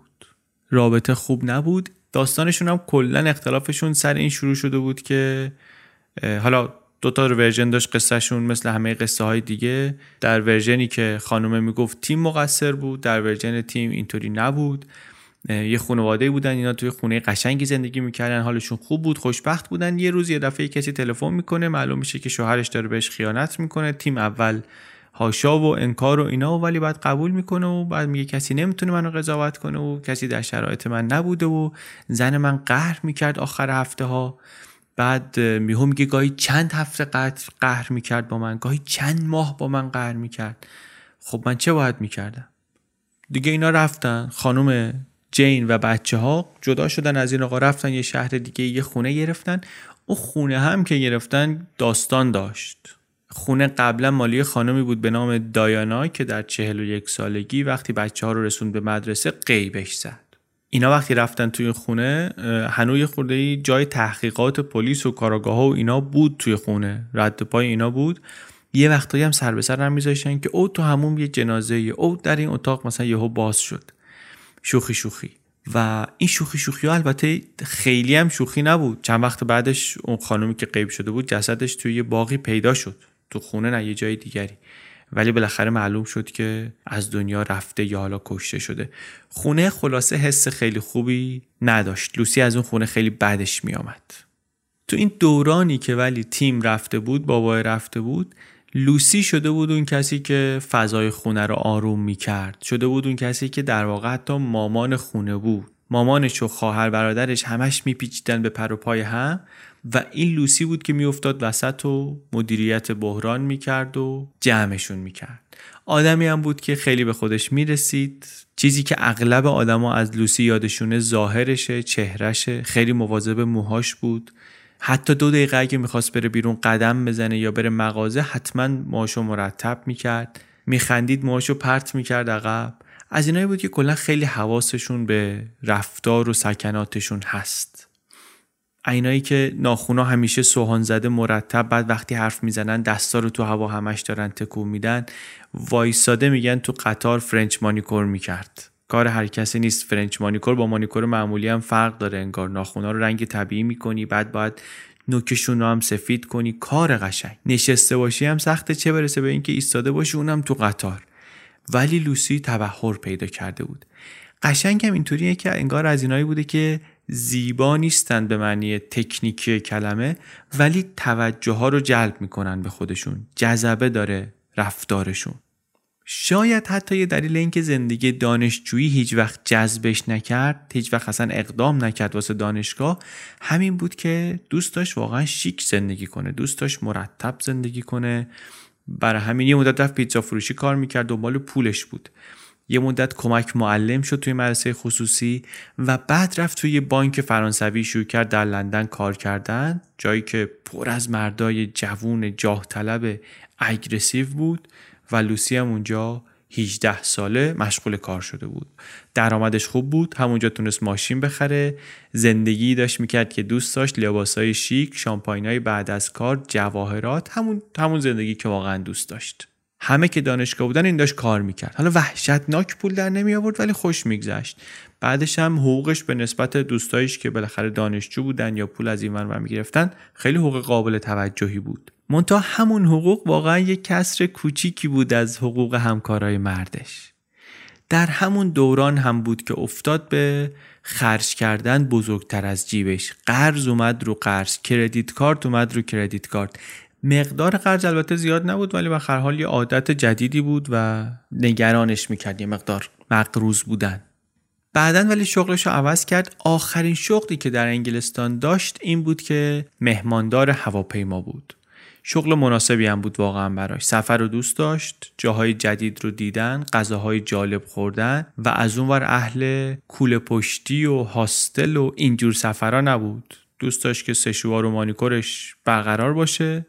نبود. داستانشون هم کلا اختلافشون سر این شروع شده بود که حالا 2 ورژن داشت قصهشون، مثل همه قصه های دیگه. در ورژنی که خانومه میگفت تیم مقصر بود، در ورژن تیم اینطوری نبود. یه خانواده بودن، اینا توی خونه قشنگی زندگی میکردن، حالشون خوب بود، خوشبخت بودن. یه روز یه دفعه کسی تلفن میکنه، معلوم میشه که شوهرش داره بهش خیانت میکنه. تیم اول هاشا و انکار و اینا، ولی بعد قبول میکنه و بعد میگه کسی نمیتونه منو قضاوت کنه و کسی در شرایط من نبوده و زن من قهر میکرد آخر هفته ها. بعد میگه گاهی چند هفته قهر میکرد با من، گاهی چند ماه با من قهر میکرد. خب من چه باید میکردم دیگه؟ اینا رفتن، خانم جین و بچه ها جدا شدن از این آقا، رفتن یه شهر دیگه، یه خونه گرفتن. اون خونه هم که گرفتن داستان داشت. خونه قبلا مالی خانمی بود به نام دایانا که در 41 سالگی وقتی بچه ها رو رسوند به مدرسه غیبش زد. اینا وقتی رفتن توی خونه، هنوز خورده جای تحقیقات پلیس و کاراگاه‌ها و اینا بود توی خونه، رد پای اینا بود. یه وقتایی هم سر به سر هم میذاشتن که او تو همون یه جنازه، او در این اتاق مثلا یهو باز شد. شوخی و این شوخی ها البته خیلی هم شوخی نبود. چند وقت بعدش اون خانومی که غیب شده بود جسدش توی یه باغی پیدا شد، تو خونه نه یه جای دیگری، ولی بالاخره معلوم شد که از دنیا رفته یا حالا کشته شده. خونه خلاصه حس خیلی خوبی نداشت. لوسی از اون خونه خیلی بدش می آمد. تو این دورانی که ولی تیم رفته بود، بابای رفته بود، لوسی شده بود اون کسی که فضای خونه رو آروم می کرد. شده بود اون کسی که در واقع حتی مامان خونه بود. مامانش و خواهر برادرش همش میپیچیدن به پر و پای هم و این لوسی بود که میافتاد وسط و مدیریت بحران میکرد و جمعشون میکرد. آدمی هم بود که خیلی به خودش میرسید. چیزی که اغلب آدما از لوسی یادشونه ظاهرشه، چهرشه. خیلی مواظب موهاش بود. حتی 2 دقیقه اگه میخواست بره بیرون قدم بزنه یا بره مغازه حتما موهاشو مرتب میکرد. میخندید موهاشو پرت میکرد عقب. از اینایی بود که کلا خیلی حواسشون به رفتار و سکناتشون هست. اینایی که ناخونا همیشه سوهان زده مرتب، بعد وقتی حرف میزنن دستا رو تو هوا همش دارن تکون میدن. وایساده میگن تو قطار فرنچ مانیکور میکرد. کار هر کسی نیست. فرنچ مانیکور با مانیکور معمولی هم فرق داره. انگار ناخونا رو رنگ طبیعی میکنی، بعد باید نوکشون رو هم سفید کنی. کار قشنگ. نشسته باشی هم سخته، چه برسه به اینکه ایستاده باشی، اونم تو قطار. ولی لوسی تبحر پیدا کرده بود. قشنگ هم اینطوریه که انگار از اینایی بوده که زیبا نیستن به معنی تکنیکی کلمه، ولی توجه ها رو جلب میکنن به خودشون. جذبه داره رفتارشون. شاید حتی یه دلیل این که زندگی دانشجویی هیچ وقت جذبش نکرد، هیچ وقت اصلا اقدام نکرد واسه دانشگاه، همین بود که دوست داشت واقعا شیک زندگی کنه، دوست داشت مرتب زندگی کنه. برای همین یه مدت رفت پیتزا فروشی کار میکرد، دنبال پولش بود. یه مدت کمک معلم شد توی مدرسه خصوصی و بعد رفت توی یه بانک فرانسوی شروع کرد در لندن کار کردن، جایی که پر از مردای جوون جاه طلب اگریسیو بود و لوسی هم اونجا 18 ساله مشغول کار شده بود. درآمدش خوب بود، همونجا تونست ماشین بخره، زندگی داشت میکرد که دوست داشت، لباسای شیک، شامپاینای بعد از کار، جواهرات، همون زندگی که واقعا دوست داشت. همه که دانشگاه بودن این داشت کار میکرد. حالا وحشتناک پول در نمی آورد ولی خوش میگذشت. بعدش هم حقوقش به نسبت دوستایش که بالاخره دانشجو بودن یا پول از این ور میگرفتن خیلی حقوق قابل توجهی بود. منتها همون حقوق واقعا یک کسر کوچیکی بود از حقوق همکارای مردش. در همون دوران هم بود که افتاد به خرج کردن بزرگتر از جیبش. قرض اومد رو قرض، کردیت کارت اومد رو کردیت کارت. مقدار قرض البته زیاد نبود ولی به هر حال یه عادت جدیدی بود و نگرانش میکرد یه مقدار مقروض بودن. بعدن ولی شغلش رو عوض کرد. آخرین شغلی که در انگلستان داشت این بود که مهماندار هواپیما بود. شغل مناسبی هم بود واقعا براش. سفر رو دوست داشت، جاهای جدید رو دیدن، غذاهای جالب خوردن و از اونور اهل کوله پشتی و هاستل و اینجور سفرها نبود. دوست داشت که سشوار و مانیکورش برقرار باشه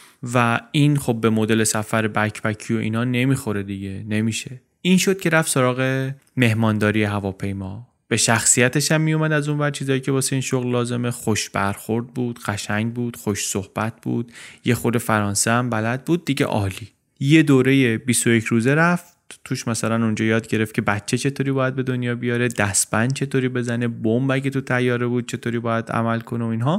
و این خب به مدل سفر بکپکی و اینا نمیخوره دیگه، نمیشه. این شد که رفت سراغ مهمانداری هواپیما. به شخصیتش هم میومد از اون ور چیزایی که واسه این شغل لازمه. خوش برخورد بود، قشنگ بود، خوش صحبت بود، یه خورده فرانسه هم بلد بود دیگه. عالی. یه دوره 21 روزه رفت توش، مثلا اونجا یاد گرفت که بچه چطوری باید به دنیا بیاره، دستبند چطوری بزنه، بمب اگه تو طیاره بود چطوری باید عمل کنه و اینها.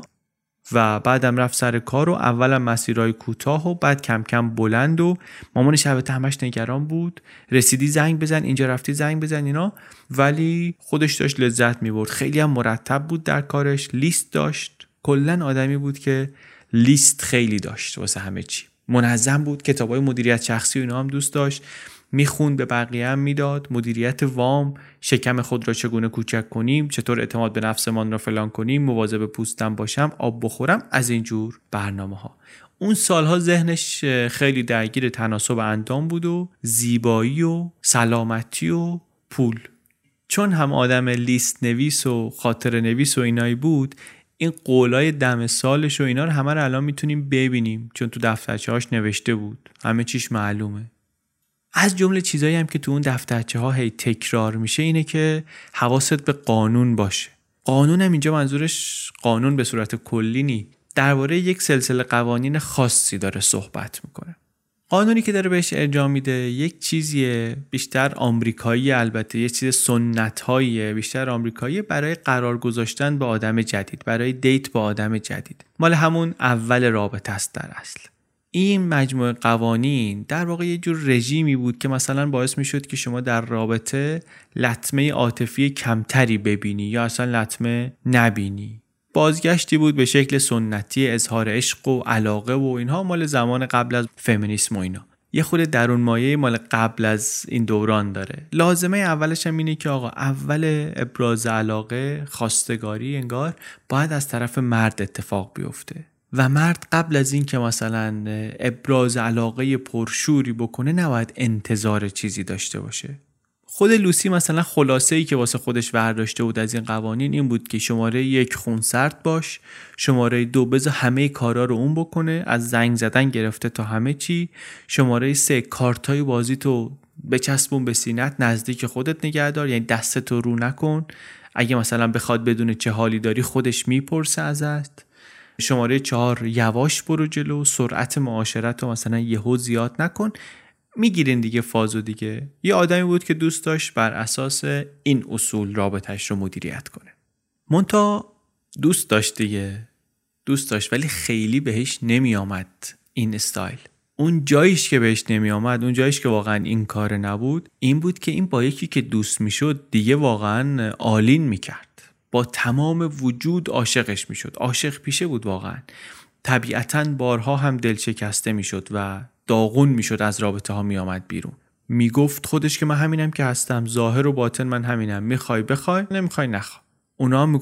و بعدم رفت سر کار و اولا مسیرهای کوتاه و بعد کم کم بلند و مامانش البته همش نگران بود. رسیدی زنگ بزن، اینجا رفتی زنگ بزن اینا، ولی خودش داشت لذت می‌برد. خیلی هم مرتب بود در کارش، لیست داشت. کلاً آدمی بود که لیست خیلی داشت واسه همه چی. منظم بود، کتابای مدیریت شخصی و اینا هم دوست داشت. میخوند، به بقیه هم میداد. مدیریت وام، شکم خود را چگونه کوچک کنیم، چطور اعتماد به نفسمان را فلان کنیم، مواظب پوستم باشم، آب بخورم، از اینجور برنامه‌ها. اون سالها ذهنش خیلی درگیر تناسب اندام بود و زیبایی و سلامتی و پول. چون هم آدم لیست نویس و خاطر نویس و اینایی بود، این قولای دم سالش و اینا رو همه رو الان میتونیم ببینیم چون تو دفترچه‌هاش نوشته بود. همه چیش معلومه. از جمله چیزایی هم که تو اون دفترچه ها هی تکرار میشه اینه که حواست به قانون باشه. قانون هم اینجا منظورش قانون به صورت کلی نی، درباره یک سلسله قوانین خاصی داره صحبت میکنه. قانونی که داره بهش ارجاع میده یک چیزیه بیشتر آمریکایی، البته یه چیز سنت‌هاییه بیشتر آمریکایی، برای قرار گذاشتن با آدم جدید، برای دیت با آدم جدید. مال همون اول رابطه است در اصل. این مجموعه قوانین در واقع یه جور رژیمی بود که مثلا باعث میشد که شما در رابطه لطمه عاطفی کمتری ببینی یا اصلا لطمه نبینی. بازگشتی بود به شکل سنتی اظهار عشق و علاقه و اینها، مال زمان قبل از فمینیسم و اینا. یه خود درون مایه مال قبل از این دوران داره. لازمه اولش هم اینه که آقا اول ابراز علاقه، خواستگاری انگار باید از طرف مرد اتفاق بیفته و مرد قبل از این که مثلا ابراز علاقه پرشوری بکنه نباید انتظار چیزی داشته باشه. خود لوسی مثلا خلاصه‌ای که واسه خودش برداشته بود از این قوانین این بود که شماره 1 خونسرد باش، شماره 2 بذار همه کارا رو اون بکنه، از زنگ زدن گرفته تا همه چی، شماره 3 کارتای بازی تو بچسبون به سینت، نزدیک خودت نگه دار، یعنی دستتو رو نکن، اگه مثلا بخواد بدون چه حالی داری خودش میپرسه ازت. شماره 4 یواش برو جلو، سرعت معاشرت رو مثلا یهو زیاد نکن. میگیرین دیگه فازو دیگه. یه آدمی بود که دوست داشت بر اساس این اصول رابطه‌اش رو مدیریت کنه. مونتا دوست داشت دیگه، دوست داشت ولی خیلی بهش نمی آمد این استایل. اون جاییش که بهش نمی آمد، اون جاییش که واقعا این کار نبود، این بود که این با یکی که دوست میشد دیگه واقعا آلین میکرد، با تمام وجود عاشقش میشد، عاشق پیشه بود واقعا. طبیعتاً بارها هم دل شکسته میشد و داغون میشد، از رابطه ها میآمد بیرون. میگفت خودش که من همینم که هستم، ظاهر و باطن من همینم، میخوای بخوای، نمیخوای نخوای. اونا هم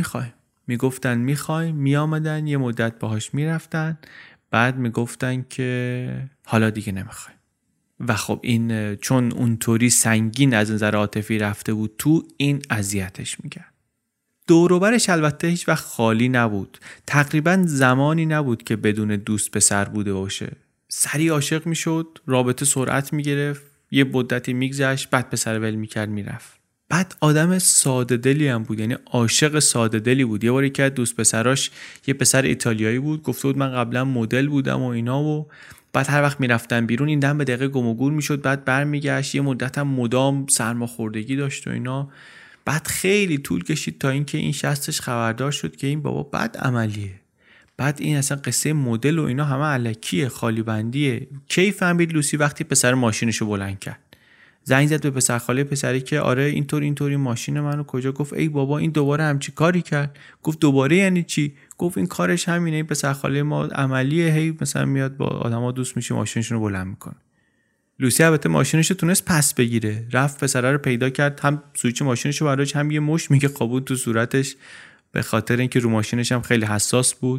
میگفتن میخوای، میآمدن یه مدت باهاش میرفتن، بعد میگفتن که حالا دیگه نمیخوای. و خب این چون اونطوری سنگین از نظر عاطفی رفته بود تو، این اذیتش میکرد. دور و برش البته هیچ وقت خالی نبود. تقریبا زمانی نبود که بدون دوست پسر بوده باشه. سریع عاشق میشد، رابطه سرعت میگرفت، یه مدتی میگذشت، بعد پسر ول میکرد میرفت. بعد آدم ساده دلی هم بود، یعنی عاشق ساده دلی بود. یه باری که دوست پسراش یه پسر ایتالیایی بود، گفته بود من قبلا مدل بودم و اینا، و بعد هر وقت میرفتن بیرون این دم به دقیقه گم و گور میشد، بعد برمیگشت، یه مدت هم مدام سرماخوردگی داشت و اینا. بعد خیلی طول کشید تا اینکه این شستش خبردار شد که این بابا بد عملیه. بعد این اصلا قصه مدل و اینا همه الکیه، خالی بندیه. کی فهمید لوسی وقتی پسر ماشینشو بلند کرد، زنگ زد به پسر خاله پسری که آره اینطوری ماشین منو کجا. گفت ای بابا این دوباره همچی کاری کرد. گفت دوباره یعنی چی؟ گفت این کارش همینه، این پسر خاله ما عملیه، هی مثلا میاد با آدما دوست میشه ماشینشونو بلند میکنه. لوسی البته ماشینش رو تونست پس بگیره، رفت پسره رو پیدا کرد، هم سویچ ماشینش رو براش، هم یه مش میگه خوابون تو صورتش، به خاطر اینکه رو ماشینش هم خیلی حساس بود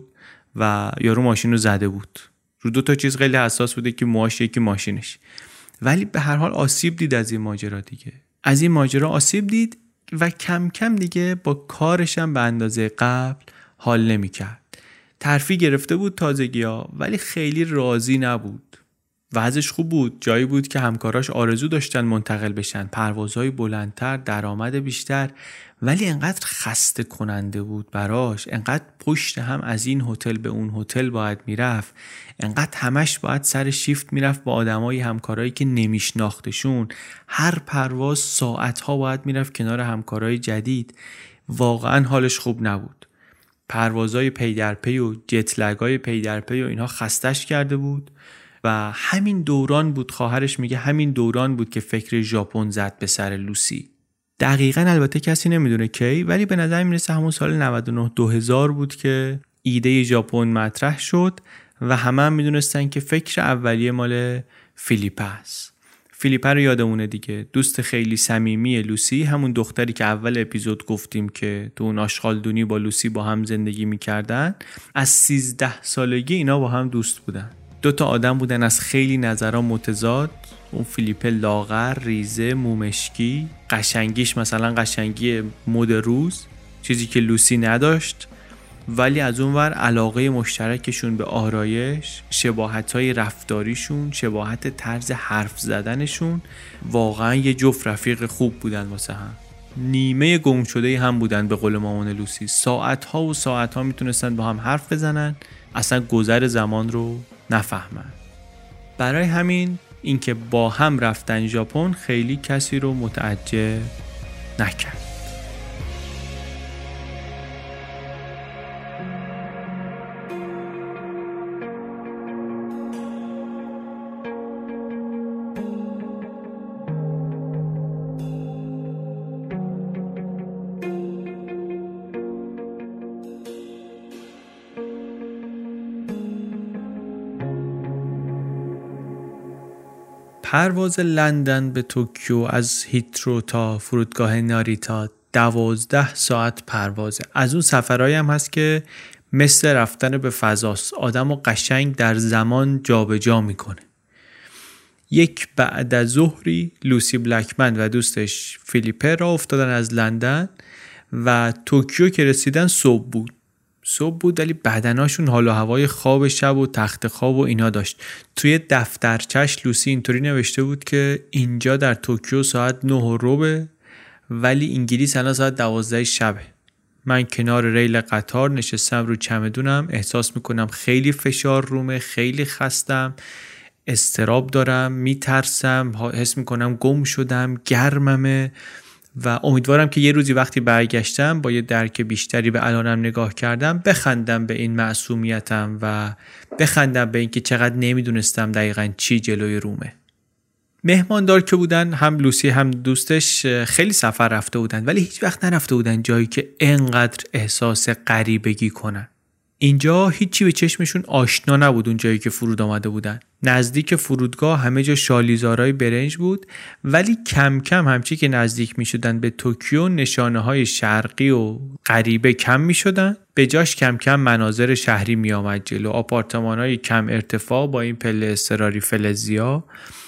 و یارو ماشین رو زده بود. رو دو تا چیز خیلی حساس بوده که موهاش یکی ماشینش. ولی به هر حال آسیب دید از این ماجرا دیگه. از این ماجرا آسیب دید و کم کم دیگه با کارش هم به اندازه قبل حال نمی‌کرد. ترفیع گرفته بود تازگی‌ها، ولی خیلی راضی نبود. وضعش خوب بود، جایی بود که همکاراش آرزو داشتن منتقل بشن، پروازهای بلندتر، درآمد بیشتر، ولی انقدر خسته کننده بود براش، انقدر پشت هم از این هتل به اون هتل باید میرفت، انقدر همش باید سر شیفت میرفت با آدمای همکارایی که نمیشناختشون، هر پرواز ساعتها باید میرفت کنار همکارای جدید. واقعا حالش خوب نبود. پروازهای پی در پی و جت لگ‌های پی در پی و اینها خستش کرده بود و همین دوران بود، خواهرش میگه همین دوران بود که فکر ژاپن زد به سر لوسی. دقیقاً البته کسی نمیدونه کی، ولی به نظر میرسه همون سال 99-2000 بود که ایده ژاپن مطرح شد و همه هم میدونستن که فکر اولیه مال فیلیپ است. فیلیپ رو یادمونه دیگه، دوست خیلی صمیمی لوسی، همون دختری که اول اپیزود گفتیم که تو اون آشغالدونی با لوسی با هم زندگی میکردن. از 13 سالگی اینا با هم دوست بودن. 2 آدم بودن از خیلی نظرها متضاد. اون فیلیپ لاغر، ریزه، مومشکی، قشنگیش مثلا قشنگی مد روز، چیزی که لوسی نداشت، ولی از اون ور علاقه مشترکشون به آرایش، شباهت‌های رفتاریشون، شباهت طرز حرف زدنشون، واقعا یه جفت رفیق خوب بودن واسه هم. نیمه گم شده هم بودن به قول مامان لوسی. ساعت‌ها و ساعت‌ها میتونستن با هم حرف بزنن، اصلا گذر زمان رو نفهمن. برای همین اینکه با هم رفتن ژاپن خیلی کسی رو متعجب نکرد. پرواز لندن به توکیو از هیترو تا فرودگاه ناریتا 12 ساعت پروازه. از اون سفرهایی هم هست که مثل رفتن به فضاست، آدم رو قشنگ در زمان جابجا میکنه. یک بعد از ظهری لوسی بلکمن و دوستش فیلیپه را افتادن از لندن و توکیو که رسیدن صبح بود ولی بدناشون حال و هوای خواب شب و تخت خواب و اینا داشت. توی دفترچش لوسی اینطوری نوشته بود که اینجا در توکیو ساعت 9:15 ولی انگلیس الان ساعت 12 شبه. من کنار ریل قطار نشستم رو چمدونم، احساس میکنم خیلی فشار رومه، خیلی خستم، اضطراب دارم، میترسم، حس میکنم گم شدم، گرممه و امیدوارم که یه روزی وقتی برگشتم با یه درک بیشتری به الانم نگاه کردم بخندم به این معصومیتم و بخندم به این که چقدر نمیدونستم دقیقاً چی جلوی رومه. مهماندار که بودن، هم لوسی هم دوستش خیلی سفر رفته بودن ولی هیچ وقت نرفته بودن جایی که انقدر احساس غریبگی کنن. اینجا هیچی به چشمشون آشنا نبود. اون جایی که فرود آمده بودن نزدیک فرودگاه همه جا شالیزارای برنج بود ولی کم کم همچی که نزدیک می شدن به توکیو نشانه های شرقی و غریبه کم می شدن، به جاش کم کم مناظر شهری می آمد جلو. آپارتمان های کم ارتفاع با این پله اضطراری فلزیا،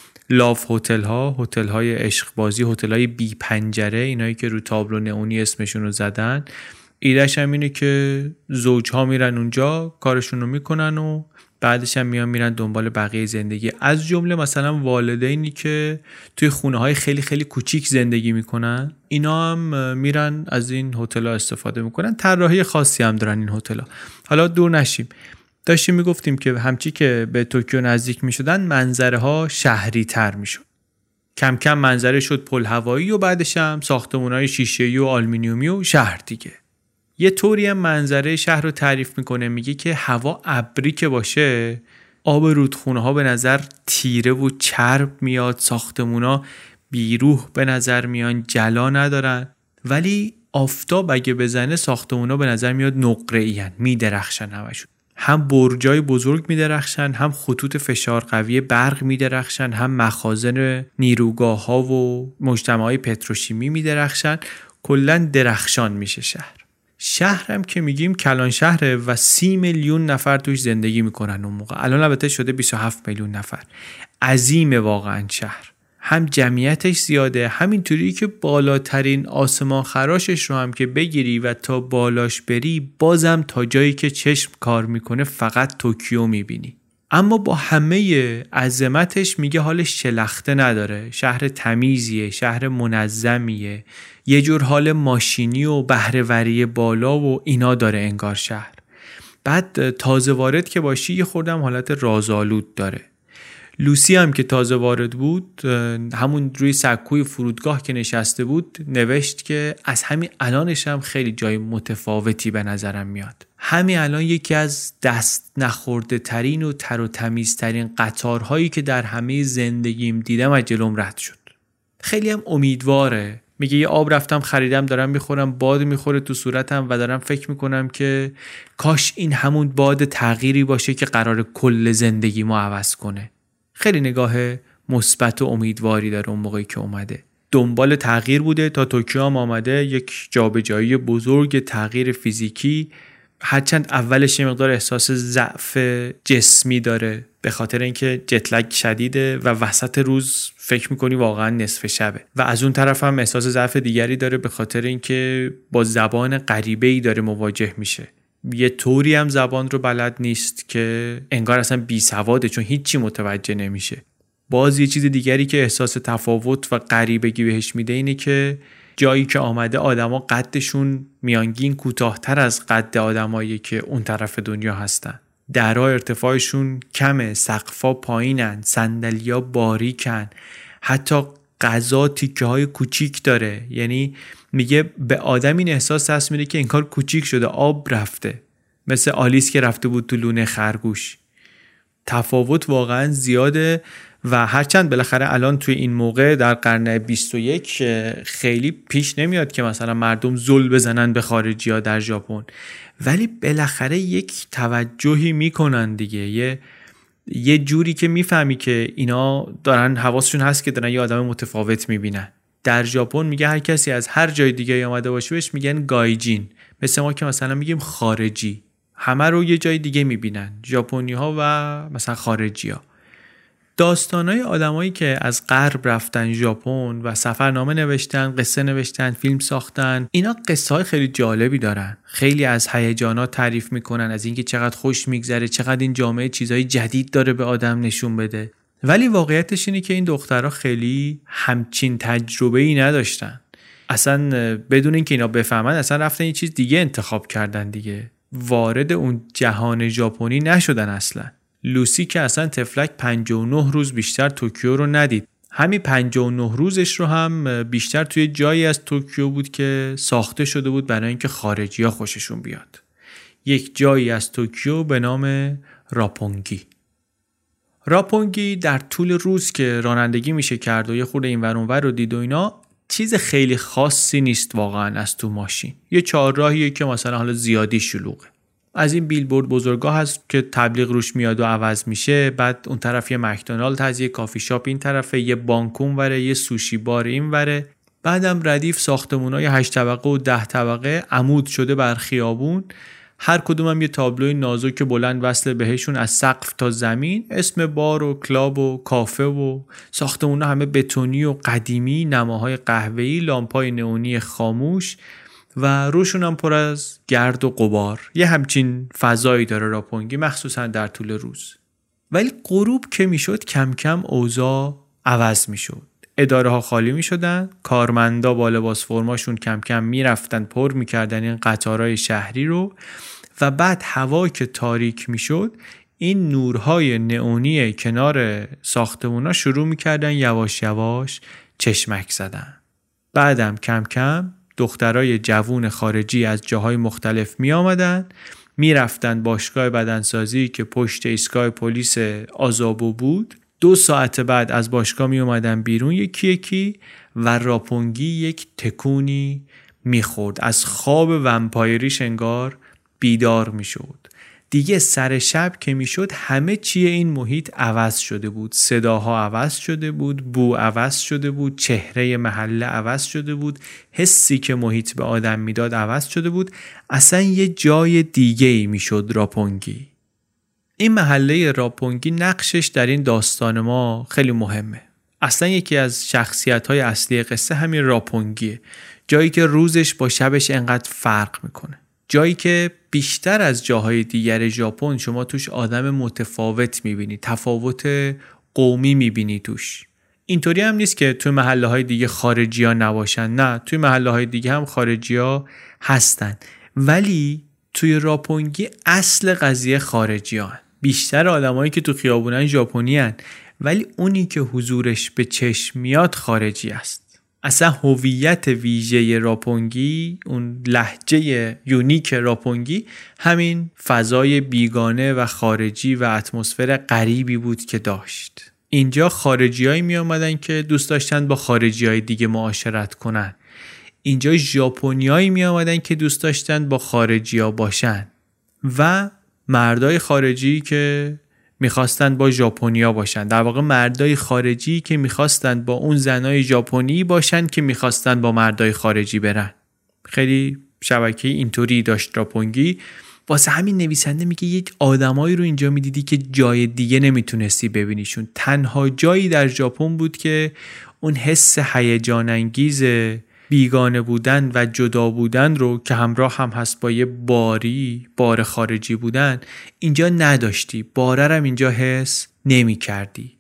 لاف هتل های عشق بازی، هتل های بی پنجره، اینایی که رو تابلو نئونی اسمشون رو زدن. ایده‌ش هم اینه که زوجها میرن اونجا کارشون رو میکنن و بعدش هم میرن دنبال بقیه زندگی. از جمله مثلا والدینی که توی خونه های خیلی خیلی کوچیک زندگی میکنن، اینا هم میرن از این هتل‌ها استفاده میکنن. طراحی خاصی هم دارن این هتل‌ها. حالا دور نشیم، داشتیم میگفتیم که همچی که به توکیو نزدیک میشدن منظره ها شهری تر میشد. کم کم منظره شد پل هوایی و بعدش هم ساختمان‌های شیشه‌ای و آلومینیومی و شهر دیگه. یه طوری هم منظره شهر رو تعریف میکنه، میگه که هوا ابری که باشه آب رودخونه ها به نظر تیره و چرب میاد، ساختمونا بیروح به نظر میان، جلا ندارن، ولی آفتاب اگه بزنه ساختمونا به نظر میاد نقره‌ای ان، میدرخشن همشون. هم برجای بزرگ میدرخشن، هم خطوط فشار قوی برق میدرخشن، هم مخازن نیروگاه ها و مجتمعات پتروشیمی میدرخشن. کلا درخشان میشه شهر هم که میگیم کلان شهره و 30 میلیون نفر توش زندگی میکنن اون موقع. الان البته شده 27 میلیون نفر. عظیمه واقعا شهر. هم جمعیتش زیاده، همینطوری که بالاترین آسمان خراشش رو هم که بگیری و تا بالاش بری بازم تا جایی که چشم کار میکنه فقط توکیو میبینی. اما با همه عظمتش میگه حالش شلخته نداره. شهر تمیزیه، شهر منظمیه، یه جور حال ماشینی و بهره‌وری بالا و اینا داره انگار شهر. بعد تازه وارد که باشی یه خوردم حالت رازآلود داره. لوسی هم که تازه وارد بود همون روی سکوی فرودگاه که نشسته بود نوشت که از همین الانش هم خیلی جای متفاوتی به نظرم میاد. همین الان یکی از دست نخورده ترین و تر و تمیز ترین قطارهایی که در همه زندگیم دیدم از جلوم رد شد. خیلی هم امیدواره. میگه یه آب رفتم خریدم دارم میخورم، باد میخوره تو صورتم و دارم فکر میکنم که کاش این همون باد تغییری باشه که قرار کل زندگیمو عوض کنه. خیلی نگاه مثبت و امیدواری داره. اون موقعی که اومده دنبال تغییر بوده، تا توکیو هم آمده، یک جابجایی بزرگ تغییر فیزیکی. هرچند اولش یه مقدار احساس ضعف جسمی داره به خاطر اینکه جت لگ شدیده و وسط روز فکر میکنی واقعا نصف شبه، و از اون طرف هم احساس ضعف دیگری داره به خاطر اینکه با زبان غریبه‌ای داره مواجه میشه. یه طوری هم زبان رو بلد نیست که انگار اصلا بی سواده، چون هیچی متوجه نمیشه. باز یه چیز دیگری که احساس تفاوت و غریبگی بهش میده اینه که جایی که آمده آدما قدشون میانگین کوتاه‌تر از قد آدمایی که اون طرف دنیا هستن. درها ارتفاعشون کمه، سقفا پایینن، صندلیا باریکن، حتی غذا تیکه‌های کوچیک داره. یعنی میگه به آدم این احساس دست میده که انگار کوچیک شده، آب رفته، مثل آلیس که رفته بود تو لونه خرگوش. تفاوت واقعا زیاده و هرچند بالاخره الان توی این موقع در قرن 21 خیلی پیش نمیاد که مثلا مردم زل بزنن به خارجی‌ها در ژاپن، ولی بالاخره یک توجهی میکنن دیگه، یه یه جوری که میفهمی که اینا دارن حواسشون هست که دارن یه آدم متفاوت میبینن. در ژاپن میگه هر کسی از هر جای دیگه اومده باشه بهش میگن گایجین، مثل ما که مثلا میگیم خارجی. همه رو یه جای دیگه میبینن، ژاپنی‌ها و مثلا خارجی‌ها. داستانای آدمایی که از غرب رفتن ژاپن و سفرنامه نوشتن، قصه نوشتن، فیلم ساختن، اینا قصه‌های خیلی جالبی دارن. خیلی از هیجانات تعریف میکنن، از اینکه چقدر خوش میگذره، چقدر این جامعه چیزای جدید داره به آدم نشون بده. ولی واقعیتش اینه که این دخترها خیلی همچین تجربه‌ای نداشتن. اصلا بدون اینکه اینا بفهمن اصلا رفتن یه چیز دیگه انتخاب کردن دیگه. وارد اون جهان ژاپنی نشدن اصلا. لوسی که اصلا تفلک 59 روز بیشتر توکیو رو ندید. همین 59 روزش رو هم بیشتر توی جایی از توکیو بود که ساخته شده بود برای اینکه خارجی‌ها خوششون بیاد. یک جایی از توکیو به نام راپونگی. راپونگی در طول روز که رانندگی میشه کرد و یه خورده اینور اونور رو دید و اینا، چیز خیلی خاصی نیست واقعا از تو ماشین. یه چهارراهیه که مثلا حالا زیادی شلوغه. از این بیلبورد بزرگا هست که تبلیغ روش میاد و عوض میشه. بعد اون طرف یه مکدونالد هست، یه کافی شاپ این طرفه، یه بانک اونوره، یه سوشی بار اینوره. بعدم ردیف ساختمونای 8 طبقه و 10 طبقه عمود شده بر خیابون. هر کدوم هم یه تابلوی نازک بلند وصله بهشون از سقف تا زمین، اسم بار و کلاب و کافه و ساختمونا همه بتونی و قدیمی، نماهای قهوه‌ای، لامپای نئونی خاموش و روشون هم پر از گرد و غبار. یه همچین فضایی داره راپونگی، مخصوصا در طول روز. ولی غروب که میشد کم کم اوضاع عوض میشد. اداره ها خالی میشدن، کارمندا با لباس فرماشون کم کم میرفتن پر میکردن این قطارهای شهری رو و بعد هوا که تاریک میشد این نورهای نئونی کنار ساختمونا شروع میکردن یواش یواش چشمک زدن. بعدم کم کم دخترای جوون خارجی از جاهای مختلف می آمدن، می رفتن باشگاه بدنسازی که پشت ایستگاه پلیس آزابو بود. 2 ساعت بعد از باشگاه می اومدن بیرون یکی یکی و راپونگی یک تکونی می خورد. از خواب ومپایریش انگار بیدار می شد. دیگه سر شب که می شد همه چی این محیط عوض شده بود. صداها عوض شده بود، بو عوض شده بود، چهره محله عوض شده بود، حسی که محیط به آدم میداد عوض شده بود. اصلا یه جای دیگه‌ای می شد راپونگی. این محله راپونگی نقشش در این داستان ما خیلی مهمه. اصلا یکی از شخصیت‌های اصلی قصه همین راپونگیه. جایی که روزش با شبش انقدر فرق میکنه. جایی که بیشتر از جاهای دیگر ژاپن شما توش آدم متفاوت میبینی، تفاوت قومی میبینی توش. اینطوری هم نیست که توی محله های دیگه خارجی ها نباشن، نه، توی محله های دیگه هم خارجی ها هستن، ولی توی راپونگی اصل قضیه خارجی ها هن. بیشتر آدمایی که تو خیابونن ژاپنی هن، ولی اونی که حضورش به چشم میاد خارجی است. اصلا هویت ویژه راپونگی، اون لهجه یونیک راپونگی، همین فضای بیگانه و خارجی و اتمسفر غریبی بود که داشت. اینجا خارجیایی می اومدن که دوست داشتن با خارجیای دیگه معاشرت کنن. اینجا ژاپنیایی می اومدن که دوست داشتن با خارجی‌ها باشن و مردای خارجی که میخواستن با ژاپنیا باشن. در واقع مردای خارجی که میخواستن با اون زنای ژاپنی باشن که میخواستن با مردای خارجی برن. خیلی شبکه اینطوری داشت راپونگی. واسه همین نویسنده میگه یک آدمایی رو اینجا میدیدی که جای دیگه نمیتونستی ببینیشون. تنها جایی در ژاپن بود که اون حس هیجان انگیز بیگانه بودن و جدا بودن رو که همراه هم هست با یه بار خارجی بودن اینجا نداشتی. باره هم اینجا حس نمی کردی.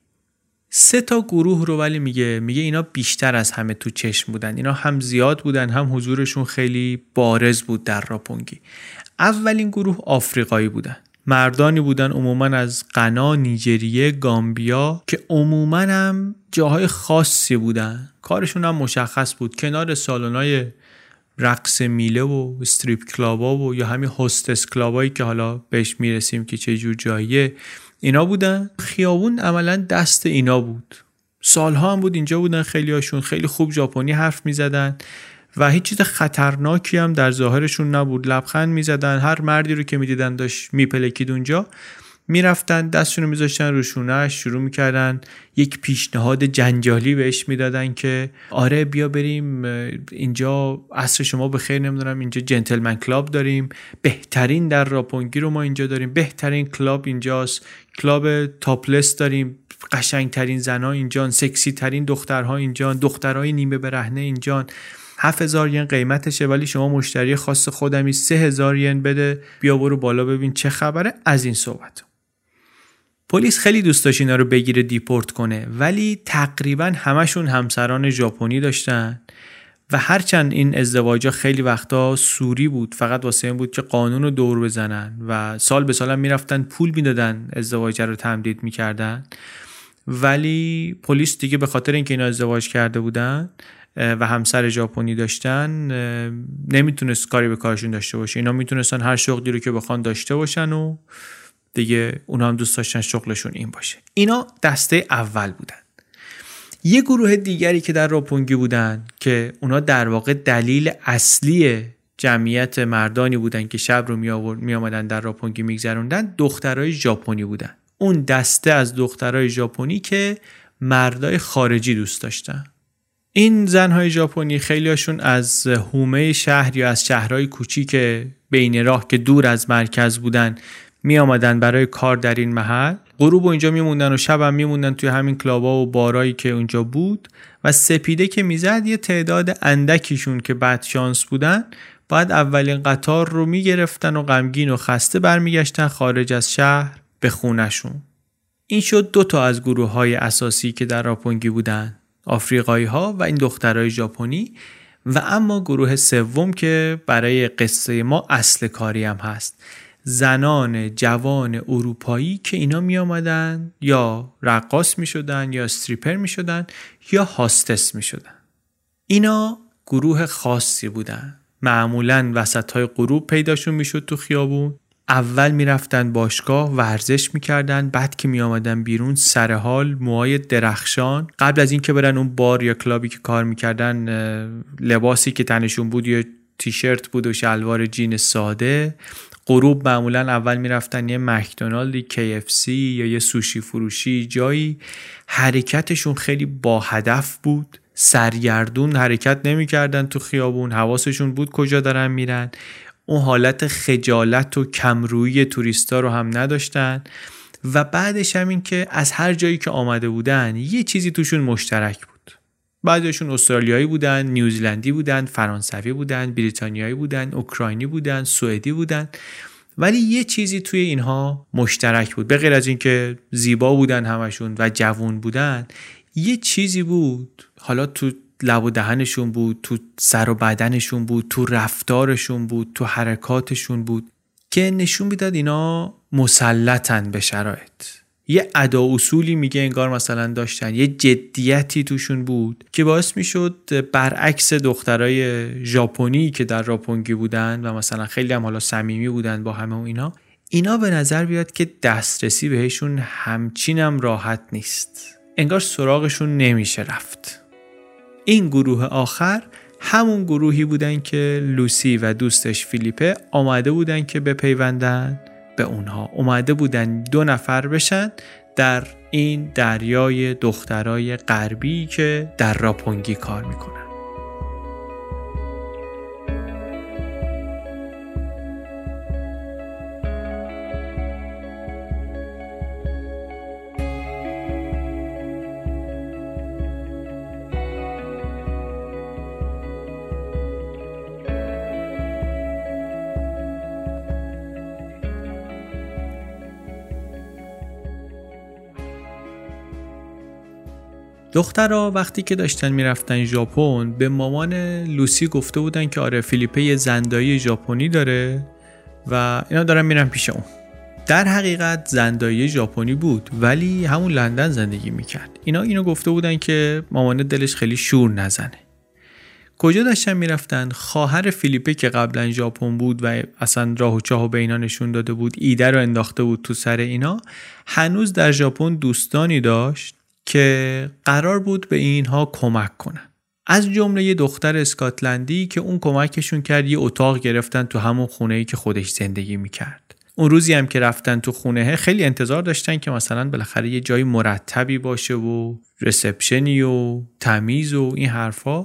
3 گروه رو ولی میگه اینا بیشتر از همه تو چشم بودن. اینا هم زیاد بودن، هم حضورشون خیلی بارز بود در راپونگی. اولین گروه آفریقایی بودن. مردانی بودن عموماً از غنا، نیجریه، گامبیا که عموماً هم جاهای خاصی بودن. کارشون هم مشخص بود. کنار سالن‌های رقص میله و استریپ کلابا و یا همین هاستس کلابایی که حالا بهش میرسیم که چه جور جاییه، اینا بودن. خیابون عملاً دست اینا بود. سالها هم بود اینجا بودن. خیلی هاشون خیلی خوب ژاپنی حرف میزدن و هیچ چیز خطرناکی هم در ظاهرشون نبود. لبخند میزدن. هر مردی رو که میدیدن داشت میپلکید اونجا، میرفتن دستشون رو میذاشتن رو شونه‌اش، شروع میکردن یک پیشنهاد جنجالی بهش میدادن که آره بیا بریم اینجا، عصر شما بخیر، نمیدونم اینجا جنتلمن کلاب داریم، بهترین در راپونگی رو ما اینجا داریم، بهترین کلاب اینجاست، کلاب تاپلس داریم، قشنگترین زنها اینجان، سکسی ترین دخترها اینجان، دخترهای نیمه برهنه اینجان، 7000 ین قیمتشه ولی شما مشتری خاص خودمی، 3000 ین بده، بیا برو بالا ببین چه خبره. از این صحبت. پلیس خیلی دوست داشت اینا رو بگیره دیپورت کنه، ولی تقریبا همشون همسران ژاپنی داشتن و هرچند این ازدواجا خیلی وقتا سوری بود، فقط واسه این بود که قانون رو دور بزنن و سال به سال هم میرفتن پول میدادن ازدواج رو تمدید میکردن، ولی پلیس دیگه به خاطر اینکه اینا ازدواج کرده بودن و همسر ژاپنی داشتن نمیتونست کاری به کارشون داشته باشه. اینا میتونستن هر شغلی رو که بخوان داشته باشن و دیگه اونا هم دوست داشتن شغلشون این باشه. اینا دسته اول بودن. یه گروه دیگری که در راپونگی بودن که اونا در واقع دلیل اصلی جمعیت مردانی بودن که شب رو می آمدن در راپونگی میگذروندن، دخترای ژاپنی بودن. اون دسته از دخترای ژاپنی که مردای خارجی دوست داشتن. این زنهای ژاپنی خیلیاشون از حومه شهر یا از شهرهای کوچیک بین راه که دور از مرکز بودن می آمدن برای کار در این محل، غروب و اینجا میموندن و شب هم میموندن توی همین کلابا و بارایی که اونجا بود و سپیده که میزد یه تعداد اندکیشون که بد شانس بودن بعد اولین قطار رو میگرفتن و غمگین و خسته برمیگشتن خارج از شهر به خونشون. این شد 2 از گروه‌های اساسی که در راپونگی بودن، آفریقایی ها و این دخترای ژاپنی. و اما گروه سوم که برای قصه ما اصل کاری هم هست، زنان جوان اروپایی که اینا می آمدن یا رقاص می شدن یا استریپر می شدن یا هاستس می شدن. اینا گروه خاصی بودن. معمولاً وسطهای غروب پیداشون می شد تو خیابون. اول می رفتن باشگاه ورزش می کردن، بعد که می آمدن بیرون سر حال، موهای درخشان، قبل از این که برن اون بار یا کلابی که کار می کردن لباسی که تنشون بود یا تیشرت بود و شلوار جین ساده. غروب معمولا اول میرفتن یه مکدونالدی، KFC یا یه سوشی فروشی جایی. حرکتشون خیلی با هدف بود، سرگردون حرکت نمی کردن تو خیابون، حواسشون بود کجا دارن میرن. اون حالت خجالت و کمرویی توریستا رو هم نداشتن و بعدش هم این که از هر جایی که آمده بودن یه چیزی توشون مشترک بود. بعضیشون استرالیایی بودن، نیوزیلندی بودن، فرانسوی بودن، بریتانیایی بودن، اوکراینی بودن، سوئدی بودن، ولی یه چیزی توی اینها مشترک بود. به غیر از این که زیبا بودن همشون و جوان بودن، یه چیزی بود، حالا تو لب و دهنشون بود، تو سر و بدنشون بود، تو رفتارشون بود، تو حرکاتشون بود که نشون میداد اینا مسلطن به شرایط. یه ادا اصولی میگه انگار مثلا داشتن، یه جدیتی توشون بود که باعث میشد برعکس دخترای ژاپنی که در راپونگی بودن و مثلا خیلی هم حالا صمیمی بودن با همه و اینا به نظر بیاد که دسترسی بهشون همچینم راحت نیست، انگار سراغشون نمیشه رفت. این گروه آخر همون گروهی بودن که لوسی و دوستش فیلیپه آمده بودن که بپیوندن به اونها، اومده بودن 2 نفر بشن در این دریای دخترای غربی که در راپونگی کار میکنن. دخترها وقتی که داشتن میرفتن ژاپن به مامان لوسی گفته بودن که آره فیلیپه یه زندایی ژاپنی داره و اینا دارن میرن پیش اون. در حقیقت زندایی ژاپنی بود ولی همون لندن زندگی میکرد. اینا اینو گفته بودن که مامان دلش خیلی شور نزنه. کجا داشتن میرفتن؟ خواهر فیلیپه که قبلا ژاپن بود و اصلا راه و چاه و به اینا نشون داده بود، ایده رو انداخته بود تو سر اینا، هنوز در ژاپن دوستانی داشت که قرار بود به اینها کمک کنن. از جمله یه دختر اسکاتلندی که اون کمکشون کرد، یه اتاق گرفتن تو همون خونه‌ای که خودش زندگی میکرد. اون روزی هم که رفتن تو خونه خیلی انتظار داشتن که مثلا بالاخره یه جای مرتبی باشه و رسپشنی و تمیز و این حرفا،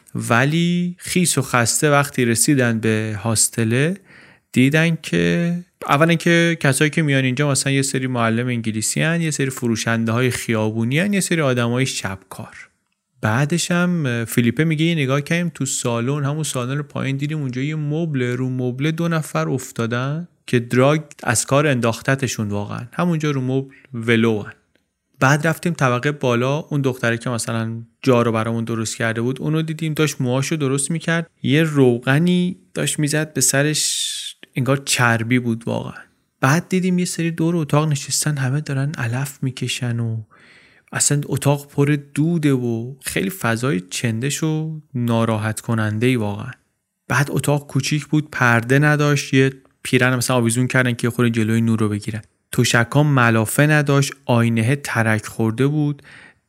ولی خیس و خسته وقتی رسیدن به هاستله دیدن که اولا که کسایی که میان اینجا مثلا یه سری معلم انگلیسی هن، یه سری فروشنده های خیابونی هن، یه سری آدم های شبکار. بعدش هم فیلیپه میگه یه نگاه کردیم تو سالن، همون سالن پایین دیدیم اونجا یه مبل، رو مبل 2 نفر افتادن که دراگ از کار انداختتشون، واقعا همونجا رو مبل ولو هن. بعد رفتیم طبقه بالا، اون دختره که مثلا جا رو برامون درست کرده بود اونو دیدیم داشت موهاشو درست میکرد، یه روغنی داشت میزد به سرش، انگار چربی بود واقعا. بعد دیدیم یه سری دور اتاق نشستن، همه دارن علف میکشن و اصلا اتاق پر دوده و خیلی فضای چندش و ناراحت کننده ای واقعا. بعد اتاق کوچیک بود، پرده نداشت، یه پیرن مثلا آویزون کردن که خود جلوی نور رو بگیرن. تشک‌ها ملافه نداشت، آینه ترک خورده بود،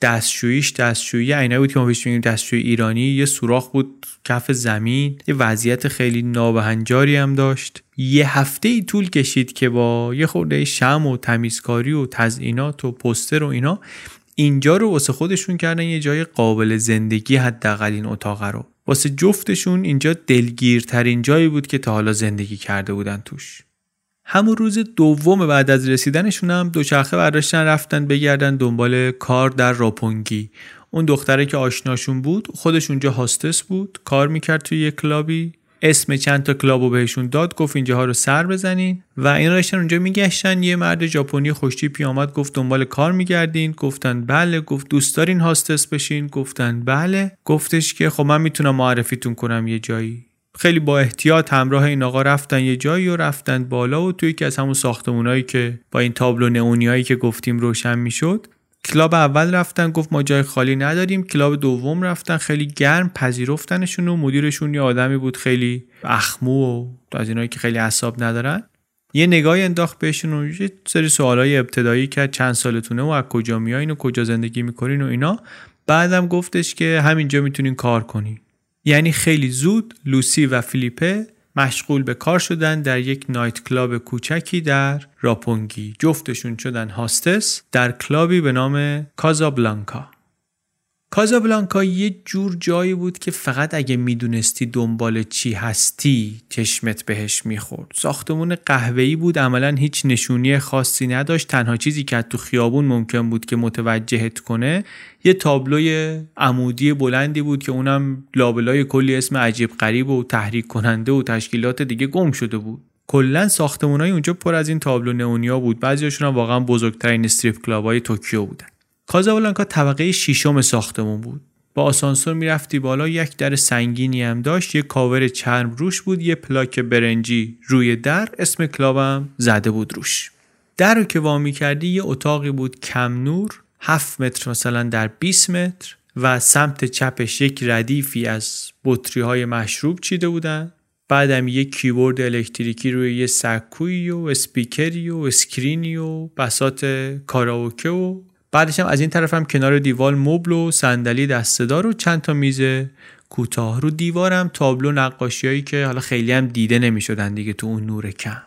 دستشویی عینه بود که ما بهش میگیم دستشویی ایرانی، یه سوراخ بود کف زمین، یه وضعیت خیلی نابهنجاری هم داشت. یه هفته ای طول کشید که با یه خورده شمع و تمیزکاری و تزیینات و پوستر و اینا اینجا رو واسه خودشون کردن یه جای قابل زندگی، حداقل این اتاق رو. واسه جفتشون اینجا دلگیرترین جایی بود که تا حالا زندگی کرده بودن توش. همون روز دوم بعد از رسیدنشون هم دوچرخه برداشتن رفتن بگردن دنبال کار در راپونگی. اون دختره که آشناشون بود خودش اونجا هاستس بود، کار میکرد توی یه کلابی، اسم چند تا کلابو بهشون داد، گفت اینجاها رو سر بزنین و اینا داشتن اونجا میگشتن. یه مرد ژاپنی خوشتیپی اومد گفت دنبال کار میگردین؟ گفتن بله. گفت دوست دارین هاستس بشین؟ گفتن بله. گفتش که خب من میتونم معرفیتون کنم یه جایی. خیلی با احتیاط همراه این آقا رفتن یه جایی و رفتن بالا و توی یکی از همون ساختمونایی که با این تابلو نئونیایی که گفتیم روشن میشد. کلاب اول رفتن، گفت ما جای خالی نداریم. کلاب دوم رفتن، خیلی گرم پذیرفتنشون و مدیرشون یه آدمی بود خیلی اخمو و از اینایی که خیلی اعصاب ندارن. یه نگاهی انداخت بهشون و یه سری سوالای ابتدایی کرد، چند سالتونه و از کجا میایین و کجا زندگی میکنین و اینا. بعدم گفتش که همینجا میتونین کار کنین. یعنی خیلی زود لوسی و فیلیپه مشغول به کار شدن در یک نایت کلاب کوچکی در راپونگی. جفتشون شدن هاستس در کلابی به نام کازابلانکا. کازابلانکا یه جور جایی بود که فقط اگه میدونستی دنبال چی هستی چشمت بهش میخورد. ساختمون قهوه‌ای بود، عملاً هیچ نشونی خاصی نداشت. تنها چیزی که تو خیابون ممکن بود که متوجهت کنه یه تابلوی عمودی بلندی بود که اونم لابلای کلی اسم عجیب غریب و تحریک کننده و تشکیلات دیگه گم شده بود. کلا ساختمونای اونجا پر از این تابلو نئونیا بود، بعضیاشون هم واقعا بزرگترین استریپ کلابای توکیو بودن. کازابلانکا طبقه 6 ساختمون بود. با آسانسور میرفتی بالا، یک در سنگینی هم داشت، یک کاور چرم روش بود، یه پلاک برنجی روی در، اسم کلابم زده بود روش. در رو که وامی کردی یه اتاقی بود کم نور، 7 متر مثلا در 20 متر و سمت چپش یک ردیفی از بطری‌های مشروب چیده بودن. بعدم یک کیبورد الکتریکی روی یه سکویی و اسپیکری و اسکرینی و بساط کاراوکه و بعدش هم از این طرف هم کنار دیوار مبل و صندلی دسته‌دار و چند تا میز کوتاه. رو دیوارم تابلو نقاشیایی که حالا خیلی هم دیده نمی‌شدن دیگه تو اون نور کم.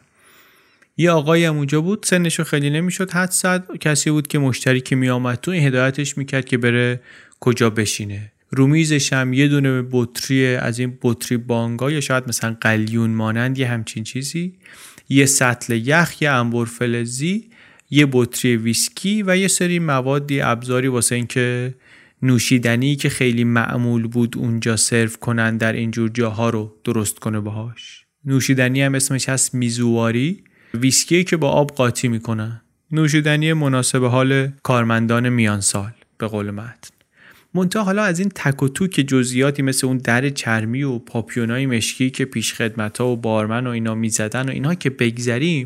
یه آقایی هم اونجا بود، سنشو خیلی نمی‌شد حدس زد، کسی بود که مشتری که میآمد تو این هدایتش میکرد که بره کجا بشینه. رو میزش هم یه دونه بطری از این بطری بانگا یا شاید مثلا قلیون مانند یه همچین چیزی، یه سطل یخ، یه انبر فلزی، یه بطری ویسکی و یه سری موادی ابزاری واسه این که نوشیدنی که خیلی معمول بود اونجا سرو کنن در اینجور جاها رو درست کنه باهاش. نوشیدنی هم اسمش هست میزواری، ویسکی که با آب قاطی میکنن. نوشیدنی مناسب حال کارمندان میان سال به قول متن. منتها حالا از این تک و توک جزئیاتی مثل اون در چرمی و پاپیونای مشکی که پیش خدمتا و بارمن و اینا میزدن و اینا که بگذریم،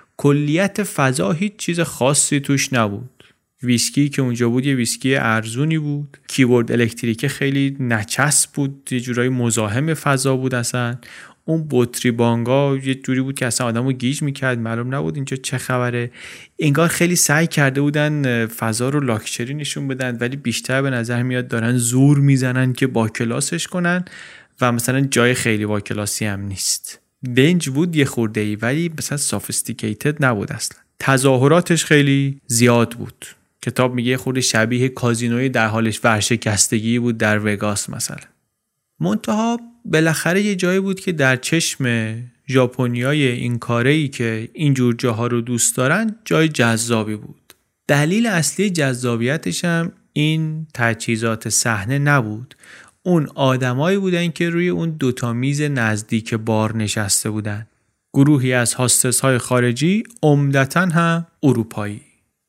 کلیت فضا هیچ چیز خاصی توش نبود. ویسکی که اونجا بود یه ویسکی ارزونی بود، کیبورد الکتریکی خیلی نچسب بود، یه جورایی مزاحم فضا بود. اصلا اون بطری بانگا یه جوری بود که اصلا آدمو گیج میکرد، معلوم نبود اینجا چه خبره. انگار خیلی سعی کرده بودن فضا رو لاکچری نشون بدن، ولی بیشتر به نظر میاد دارن زور میزنن که با کلاسش کنن و مثلا جای خیلی با کلاسی هم نیست. دنج بود یه خورده‌ای، ولی مثلا سافیستیکیتد نبود اصلا. تظاهراتش خیلی زیاد بود. کتاب میگه خود شبیه کازینوی در حالش ورشکستگی بود در وگاس مثلا. منتها بالاخره یه جایی بود که در چشم ژاپنیای این کاره‌ای که اینجور جاها رو دوست دارن جای جذابی بود. دلیل اصلی جذابیتش هم این تجهیزات صحنه نبود. اون آدمایی بودن که روی اون دوتا میز نزدیک بار نشسته بودن. گروهی از هاستس های خارجی، عمدتاً هم اروپایی.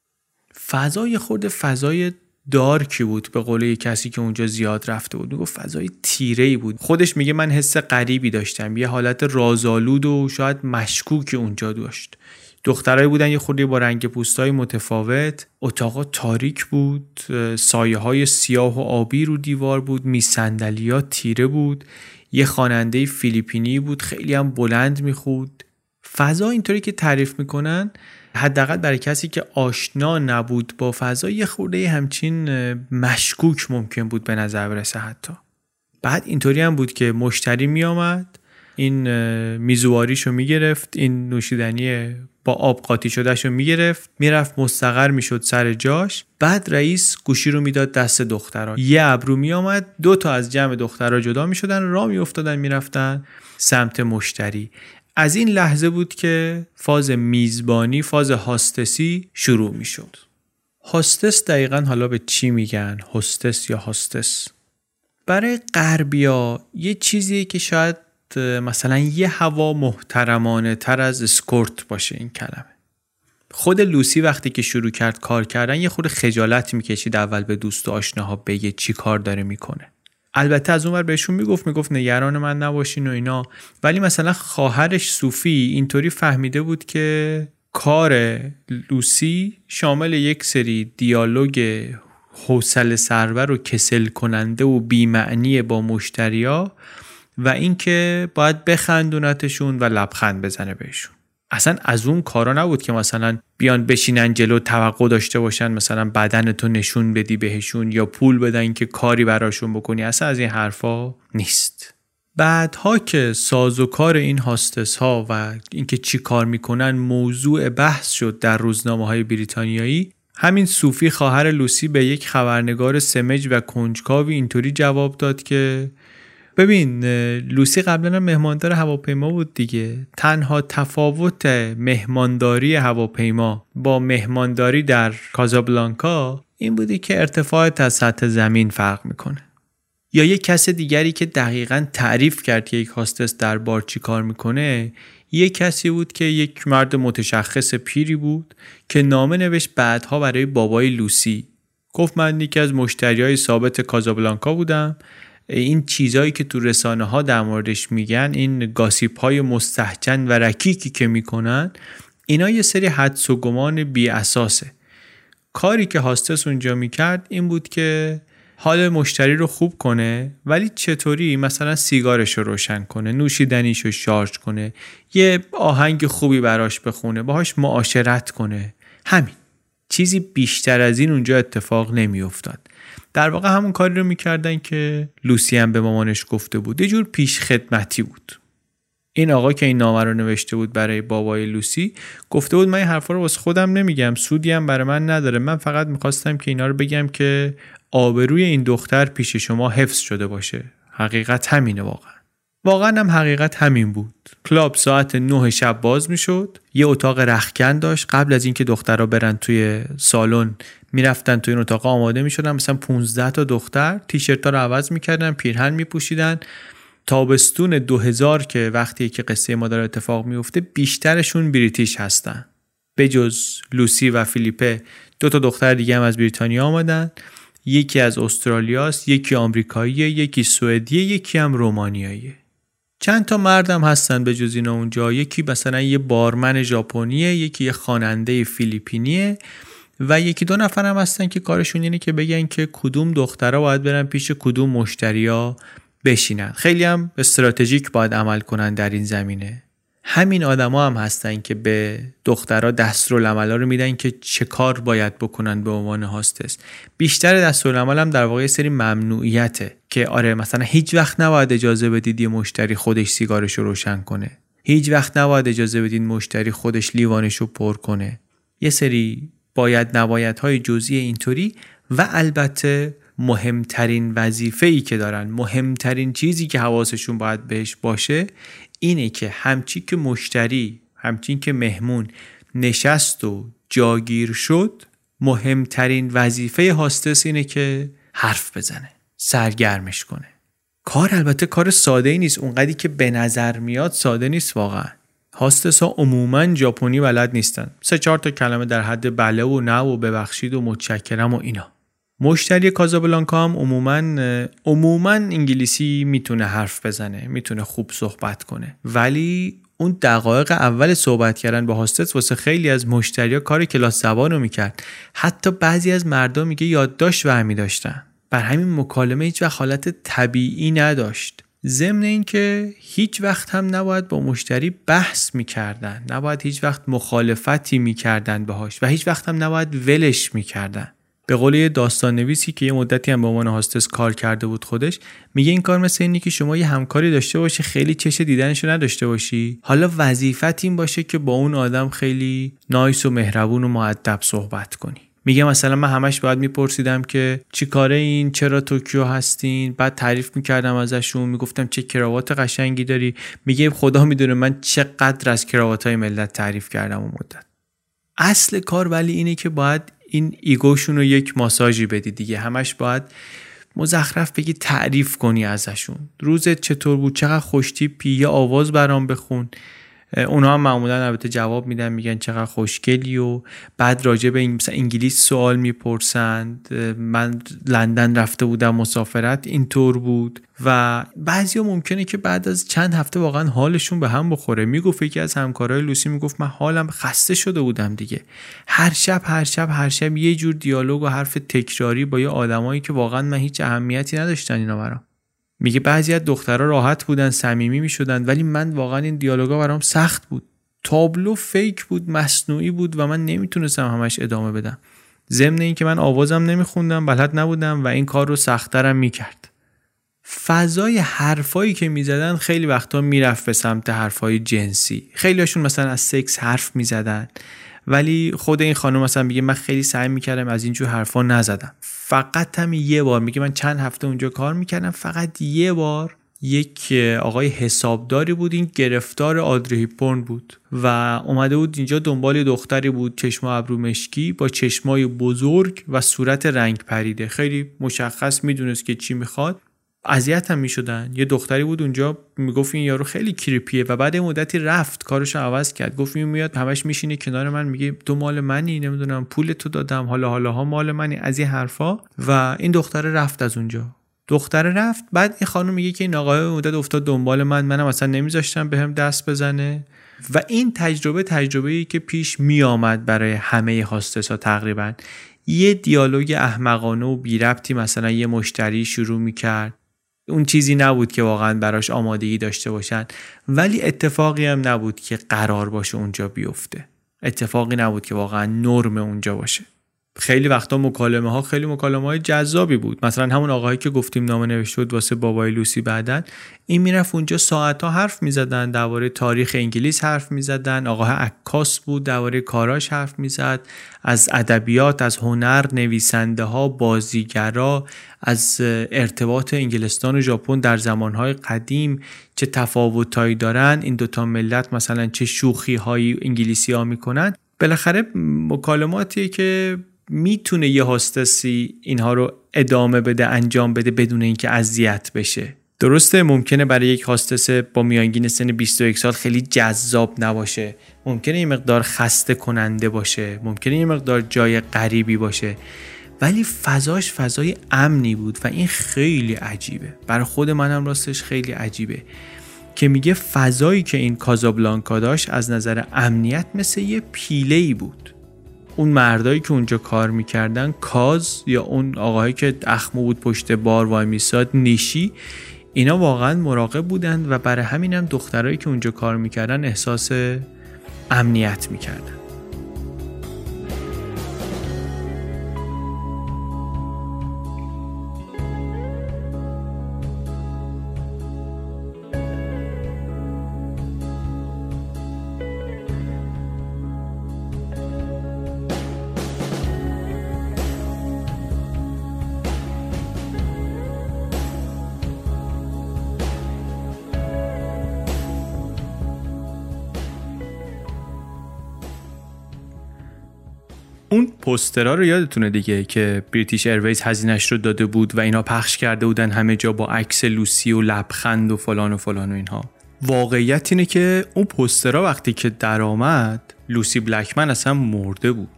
فضای فضای دارکی بود، به قول کسی که اونجا زیاد رفته بود. میگه فضای تیره‌ای بود. خودش میگه من حس غریبی داشتم، یه حالت رازآلود و شاید مشکوک اونجا داشت. دخترایی بودن یه خورده با رنگ پوستای متفاوت، اتاقا تاریک بود، سایه‌های سیاه و آبی رو دیوار بود، میز صندلی‌ها تیره بود، یه خواننده فیلیپینی بود خیلی هم بلند میخوند. فضا اینطوری که تعریف میکنن، حداقل برای کسی که آشنا نبود با فضا، یه خورده همچین مشکوک ممکن بود به نظر برسه حتی. بعد اینطوری هم بود که مشتری میامد، این میزواریشو میگرفت، این نوشیدنی با آب قاطی شدهشو میگرفت، میرفت مستقر میشد سر جاش. بعد رئیس گوشی رو میداد دست دخترها، یه ابرو میامد، 2 تا از جمع دخترها جدا میشدن، راه میافتادن میرفتن سمت مشتری. از این لحظه بود که فاز میزبانی، فاز هاستسی شروع میشد. هاستس دقیقاً حالا به چی میگن؟ هاستس یا هاستس؟ برای غربیا یه چیزیه که شاید مثلا یه هوا محترمانه تر از اسکورت باشه این کلمه. خود لوسی وقتی که شروع کرد کار کردن یه خورده خجالت میکشید اول به دوست و آشناها بگه چی کار داره میکنه. البته از اونور بهشون میگفت نگران من نباشین و اینا، ولی مثلا خواهرش صوفی اینطوری فهمیده بود که کار لوسی شامل یک سری دیالوگ حوصله سرور و کسل کننده و بی‌معنی با مشتریا و اینکه باید بخندونتشون و لبخند بزنه بهشون. اصلا از اون کارا نبود که مثلا بیان بشینن جلو توقع داشته باشن مثلا بدنتو نشون بدی بهشون یا پول بدن که کاری براشون بکنی. اصلا از این حرفا نیست. بعدها که سازوکار این هاستس ها و اینکه چی کار میکنن موضوع بحث شد در روزنامه‌های بریتانیایی، همین صوفی خواهر لوسی به یک خبرنگار سمج و کنجکاوی اینطوری جواب داد که ببین لوسی قبلا مهماندار هواپیما بود دیگه. تنها تفاوت مهمانداری هواپیما با مهمانداری در کازابلانکا این بودی که ارتفاعت از سطح زمین فرق میکنه. یا یک کس دیگری که دقیقاً تعریف کرد که یک هاستس در بار چی کار میکنه، یک کسی بود که یک مرد متشخص پیری بود که نامه نوشت بعدها برای بابای لوسی. گفت من یکی از مشتریای ثابت کازابلانکا بودم. این چیزایی که تو رسانه ها در موردش میگن، این گاسیپ های مستهجن و رکیکی که میکنن، اینا یه سری حدس و گمان بی اساسه. کاری که هاستس اونجا میکرد این بود که حال مشتری رو خوب کنه، ولی چطوری؟ مثلا سیگارش رو روشن کنه، نوشیدنیش رو شارژ کنه، یه آهنگ خوبی براش بخونه، باهاش معاشرت کنه. همین. چیزی بیشتر از این اونجا اتفاق نمی افتاد. در واقع همون کاری رو میکردن که لوسی هم به مامانش گفته بود. یه جور پیش خدمتی بود. این آقا که این نامه رو نوشته بود برای بابای لوسی گفته بود من این حرفا رو واسه خودم نمیگم، سودی هم برای من نداره، من فقط میخواستم که اینا رو بگم که آبروی این دختر پیش شما حفظ شده باشه. حقیقت همینه. واقعا هم حقیقت همین بود. کلاب ساعت 9 شب باز میشد. یه اتاق رختکن داشت. قبل از اینکه دخترها برن توی سالن میرفتن توی این اتاق آماده میشدن. مثلا 15 تا دختر تیشرتا رو عوض میکردن، پیرهن میپوشیدن. تابستون 2000 که وقتی که قصه ما داره اتفاق میفته بیشترشون بریتیش هستن. به جز لوسی و فیلیپه 2 تا دختر دیگه هم از بریتانیا آمدن. یکی از استرالیاست، یکی آمریکاییه، یکی سوئدیه، یکی هم رومانیاییه. چند تا مردم هستن به جز اینا اونجا. یکی مثلا یه بارمن ژاپنیه، یکی یه خواننده فیلیپینیه و یکی 2 نفر هم هستن که کارشون اینه که بگن که کدوم دخترها باید برن پیش کدوم مشتریا بشینن. خیلی هم استراتژیک باید عمل کنن در این زمینه. همین آدما هم هستن که به دخترها دستورالعملا رو میدن که چه کار باید بکنن به عنوان هاستس. بیشتر دستورالعمل هم در واقع یه سری ممنوعیته که آره مثلا هیچ وقت نباید اجازه بدید یه مشتری خودش سیگارش رو روشن کنه. هیچ وقت نباید اجازه بدین مشتری خودش لیوانشو پر کنه. یه سری باید نبایدهای جزئی اینطوری و البته مهمترین وظیفه‌ای که دارن، مهمترین چیزی که حواسشون باید بهش باشه اینه که همچین که مشتری، همچین که مهمون نشست و جاگیر شد، مهمترین وظیفه هاستس اینه که حرف بزنه، سرگرمش کنه. کار البته کار ساده ای نیست، اونقدری که به نظر میاد ساده نیست واقعا. هاستس ها عموماً ژاپنی بلد نیستن. 3-4 تا کلمه در حد بله و نه و ببخشید و متشکرم و اینا. مشتری کازابلانکا هم عموماً انگلیسی میتونه حرف بزنه، میتونه خوب صحبت کنه، ولی اون دقایق اول صحبت کردن با هاستس واسه خیلی از مشتریا کار کلاس زبانو میکرد. حتی بعضی از مردم میگه یادداشت برمی داشتن. بر همین مکالمه هیچ وقت حالت طبیعی نداشت. ضمن این که هیچ وقت هم نباید با مشتری بحث میکردن، نباید هیچ وقت مخالفتی میکردن باهاش و هیچ وقت هم نباید ولش میکردن. به قول یه داستان نویسی که یه مدتی هم به عنوان هاستس کار کرده بود خودش، میگه این کار مثل اینه که شما یه همکاری داشته باشی خیلی چش دیدنشو نداشته باشی، حالا وظیفت این باشه که با اون آدم خیلی نایس و مهربون و مؤدب صحبت کنی. میگه مثلا من همش باید میپرسیدم که چی کاره این، چرا توکیو هستین، بعد تعریف میکردم ازشون، میگفتم چه کراوات قشنگی داری. میگه خدا میدونه من چقدر از کراواتای ملت تعریف کردم اون مدت. اصل کار ولی اینه که باید این ایگوشون رو یک ماساژی بدی دیگه. همش باید مزخرف بگی، تعریف کنی ازشون. روزت چطور بود، چقدر خوشتیپی، یه آواز برام بخون. اونا هم معمولا البته جواب میدن، میگن چقدر خوشگلی و بعد راجع به مثلا انگلیس سوال میپرسند. من لندن رفته بودم مسافرت اینطور بود. و بعضیا ممکنه که بعد از چند هفته واقعا حالشون به هم بخوره. میگفت یکی از همکارای لوسی میگفت من حالم خسته شده بودم دیگه، هر شب یه جور دیالوگ و حرف تکراری با یه آدمایی که واقعا من هیچ اهمیتی نداشتن اینا برام. میگه بعضی از دخترها راحت بودن، صمیمی میشدن، ولی من واقعا این دیالوگا برام سخت بود. تابلو فیک بود، مصنوعی بود و من نمیتونستم همش ادامه بدم. ضمن این که من آوازم نمیخوندم، بلد نبودم و این کار رو سخت‌ترم میکرد. فضای حرفایی که میزدن خیلی وقتا میرفت به سمت حرفای جنسی. خیلی هاشون مثلا از سکس حرف میزدن، ولی خود این خانم مثلا میگه من خیلی سعی میکردم از اینجور حرفا نزدم. فقط هم یه بار، میگه من چند هفته اونجا کار میکردم، فقط یه بار یک آقای حسابداری بود، این گرفتار آدری هیپورن بود و اومده بود اینجا دنبال دختری بود، چشم و ابرو مشکی با چشمای بزرگ و صورت رنگ پریده. خیلی مشخص میدونست که چی میخواد. اذیت هم میشدن. یه دختری بود اونجا میگفت این یارو خیلی کریپیه و بعد مدتی رفت کارشو عوض کرد. گفت این میاد همش میشینه کنار من میگه تو مال منی، نمیدونم پول تو دادم، حالا مال منی، از این حرفا. و این دختر رفت از اونجا. بعد این خانم میگه که این آقای مدت افتاد دنبال منم اصلا نمیذاشتم بهم دست بزنه. و این تجربه‌ای که پیش میآمد برای همه هاستس‌ها تقریبا. یه دیالوگ احمقانه و بی ربطی مثلا یه مشتری شروع میکرد، اون چیزی نبود که واقعا براش آمادگی داشته باشن، ولی اتفاقی هم نبود که قرار باشه اونجا بیفته، اتفاقی نبود که واقعا نرم اونجا باشه. خیلی وقتا مکالمه‌های جذابی بود. مثلا همون آقایی که گفتیم نامه نوشته بود واسه بابای لوسی، بعدن این میرفت اونجا ساعت‌ها حرف می‌زدن، درباره تاریخ انگلیس حرف می‌زدن. آقای عکاس بود، درباره کاراش حرف می‌زد، از ادبیات، از هنر، نویسنده‌ها، بازیگرا، از ارتباط انگلستان و ژاپن در زمانهای قدیم، چه تفاوتایی دارن این دوتا ملت، مثلا چه شوخی‌هایی انگلیسی‌ها می‌کنن. بالاخره مکالماتیه که میتونه یه هاستسی اینها رو ادامه بده، انجام بده بدون اینکه اذیت بشه. درسته ممکنه برای یک هاستس با میانگین سن 21 سال خیلی جذاب نباشه، ممکنه یه مقدار خسته کننده باشه، ممکنه یه مقدار جای غریبی باشه، ولی فضاش فضای امنی بود و این خیلی عجیبه. برای خود منم راستش خیلی عجیبه که میگه فضایی که این کازابلانکا داشت از نظر امنیت مثل یه پیله‌ای بود. اون مردایی که اونجا کار میکردن، کاز یا اون آقاهایی که اخمو بود پشت بار وای میساد، نیشی، اینا واقعا مراقب بودن و برای همینم دخترایی که اونجا کار میکردن احساس امنیت میکردن. اون پوسترها رو یادتونه دیگه که بریتیش ایرویز هزینه‌اش رو داده بود و اینا پخش کرده بودن همه جا با عکس لوسی و لبخند و فلان و فلان و اینها. واقعیت اینه که اون پوسترها وقتی که درآمد لوسی بلکمن اصلا مرده بود.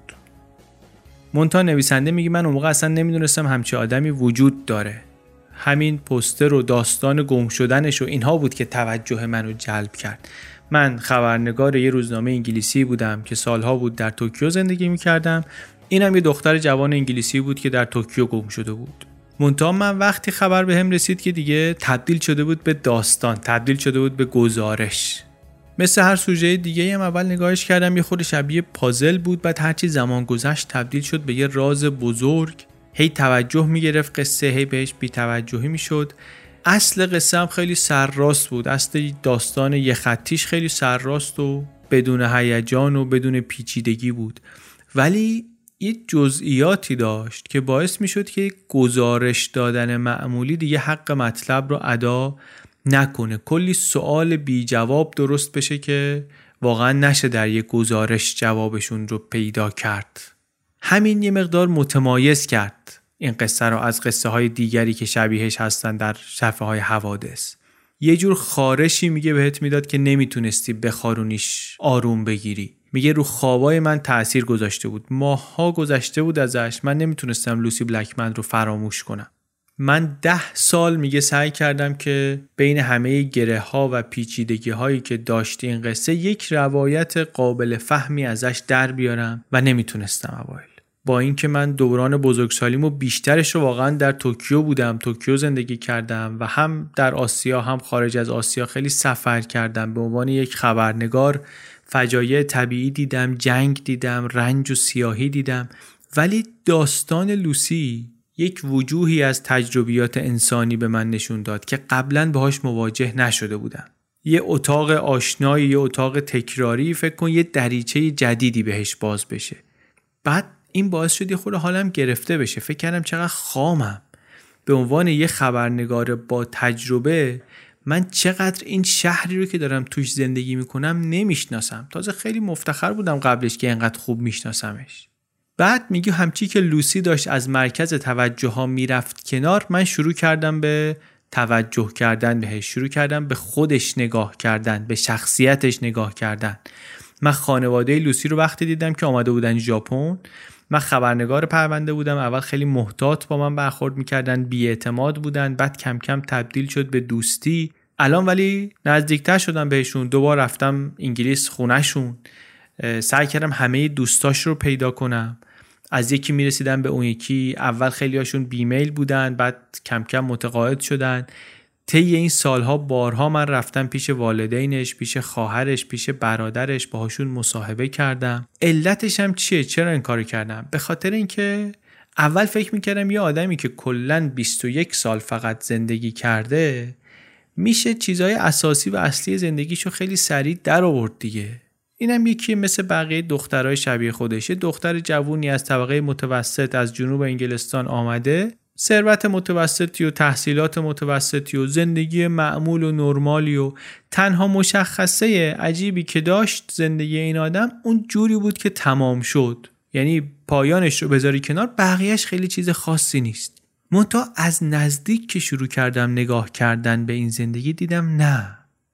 مونتا نویسنده میگه من اون موقع اصلا نمیدونستم همچه آدمی وجود داره. همین پوستر و داستان گم شدنش و اینها بود که توجه منو جلب کرد. من خبرنگار یه روزنامه انگلیسی بودم که سالها بود در توکیو زندگی میکردم. اینم یه دختر جوان انگلیسی بود که در توکیو گم شده بود. منتها من وقتی خبر بهم رسید که دیگه تبدیل شده بود به داستان، تبدیل شده بود به گزارش. مثل هر سوژه دیگه هم اول نگاهش کردم یه خود شبیه پازل بود، بعد هرچی زمان گذشت تبدیل شد به یه راز بزرگ. هی توجه میگرفت قصه، هی بهش بی توجهی میشد. اصل قصه هم خیلی سرراست بود، اصل داستان یه خطیش خیلی سرراست و بدون هیجان و بدون پیچیدگی بود، ولی یه جزئیاتی داشت که باعث میشد که گزارش دادن معمولی دیگه حق مطلب رو ادا نکنه. کلی سوال بی جواب درست بشه که واقعا نشه در یه گزارش جوابشون رو پیدا کرد. همین یه مقدار متمایز کرد این قصه رو از قصه های دیگری که شبیهش هستن در صفحه های حوادث. یه جور خارشی میگه بهت میداد که نمیتونستی بخارونیش آروم بگیری. میگه رو خوابای من تأثیر گذاشته بود، ماها گذشته بود ازش، من نمیتونستم لوسی بلکمن رو فراموش کنم. من 10 سال میگه سعی کردم که بین همه گره ها و پیچیدگی هایی که داشت این قصه یک روایت قابل فهمی ازش در بیارم و نمیتونستم اوایل. با اینکه من دوران بزرگسالیمو بیشترش رو واقعا در توکیو بودم، توکیو زندگی کردم و هم در آسیا هم خارج از آسیا خیلی سفر کردم. به عنوان یک خبرنگار فجایع طبیعی دیدم، جنگ دیدم، رنج و سیاهی دیدم، ولی داستان لوسی یک وجوهی از تجربیات انسانی به من نشون داد که قبلا باهاش مواجه نشده بودم. یه اتاق آشنایی، یه اتاق تکراری، فکر کن یه دریچه جدیدی بهش باز بشه. بعد این باعث شد یه خورده حالم گرفته بشه. فکر کردم چقدر خامم. به عنوان یه خبرنگار با تجربه من چقدر این شهری رو که دارم توش زندگی میکنم نمیشناسم. تازه خیلی مفتخر بودم قبلش که اینقدر خوب میشناسمش. بعد میگه همچی که لوسی داشت از مرکز توجه ها میرفت کنار، من شروع کردم به توجه کردن بهش، شروع کردم به خودش نگاه کردن، به شخصیتش نگاه کردن. من خانواده لوسی رو وقتی دیدم که آمده بودن ژاپن، من خبرنگار پرونده بودم، اول خیلی محتاط با من برخورد میکردن، بی‌اعتماد بودن، بعد کم کم تبدیل شد به دوستی. الان ولی نزدیکتر شدم بهشون، دوبار رفتم انگلیس خونهشون، سعی کردم همه دوستاش رو پیدا کنم. از یکی میرسیدم به اون یکی. اول خیلی هاشون بیمیل بودن، بعد کم کم متقاعد شدن. طی این سالها بارها من رفتم پیش والدینش، پیش خواهرش، پیش برادرش، باهاشون مصاحبه کردم. علتش هم چیه؟ چرا این کارو کردم؟ به خاطر اینکه اول فکر میکردم یه آدمی که کلاً 21 سال فقط زندگی کرده میشه چیزهای اساسی و اصلی زندگیشو خیلی سریع در آورد دیگه. اینم یکی مثل بقیه دخترای شبیه خودشه، دختر جوونی از طبقه متوسط از جنوب انگلستان آمده، ثروت متوسطی و تحصیلات متوسطی و زندگی معمول و نرمالی، و تنها مشخصه عجیبی که داشت زندگی این آدم اون جوری بود که تمام شد. یعنی پایانش رو بذاری کنار، بقیهش خیلی چیز خاصی نیست. منتها از نزدیک که شروع کردم نگاه کردن به این زندگی دیدم نه،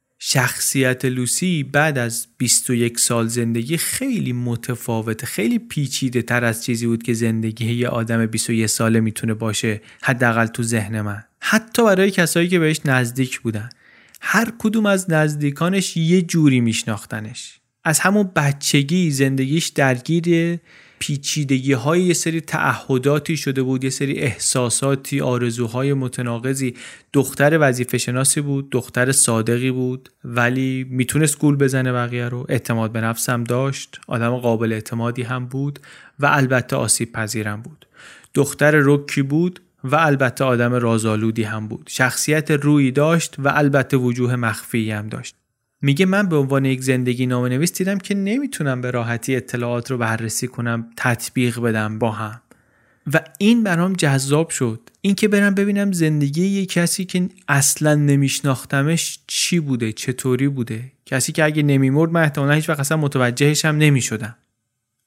شخصیت لوسی بعد از 21 سال زندگی خیلی متفاوته، خیلی پیچیده تر از چیزی بود که زندگی یه آدم 21 ساله میتونه باشه، حداقل تو ذهن من. حتی برای کسایی که بهش نزدیک بودن، هر کدوم از نزدیکانش یه جوری میشناختنش. از همون بچگی زندگیش درگیر پیچیدگی های یه سری تعهداتی شده بود، یه سری احساساتی، آرزوهای متناقضی. دختر وظیفه شناسی بود، دختر صادقی بود، ولی میتونست گول بزنه بقیه رو، اعتماد به نفس هم داشت، آدم قابل اعتمادی هم بود و البته آسیب پذیرم بود. دختر رکی بود و البته آدم رازآلودی هم بود. شخصیت رویی داشت و البته وجوه مخفی هم داشت. میگه من به عنوان یک زندگی نامه‌نویس دیدم که نمیتونم به راحتی اطلاعات رو بررسی کنم، تطبیق بدم با هم، و این برام جذاب شد. این که برم ببینم زندگی یک کسی که اصلا نمیشناختمش چی بوده، چطوری بوده، کسی که اگه نمیمرد من احتمالاً هیچ وقت اصلا متوجهش هم نمیشدم.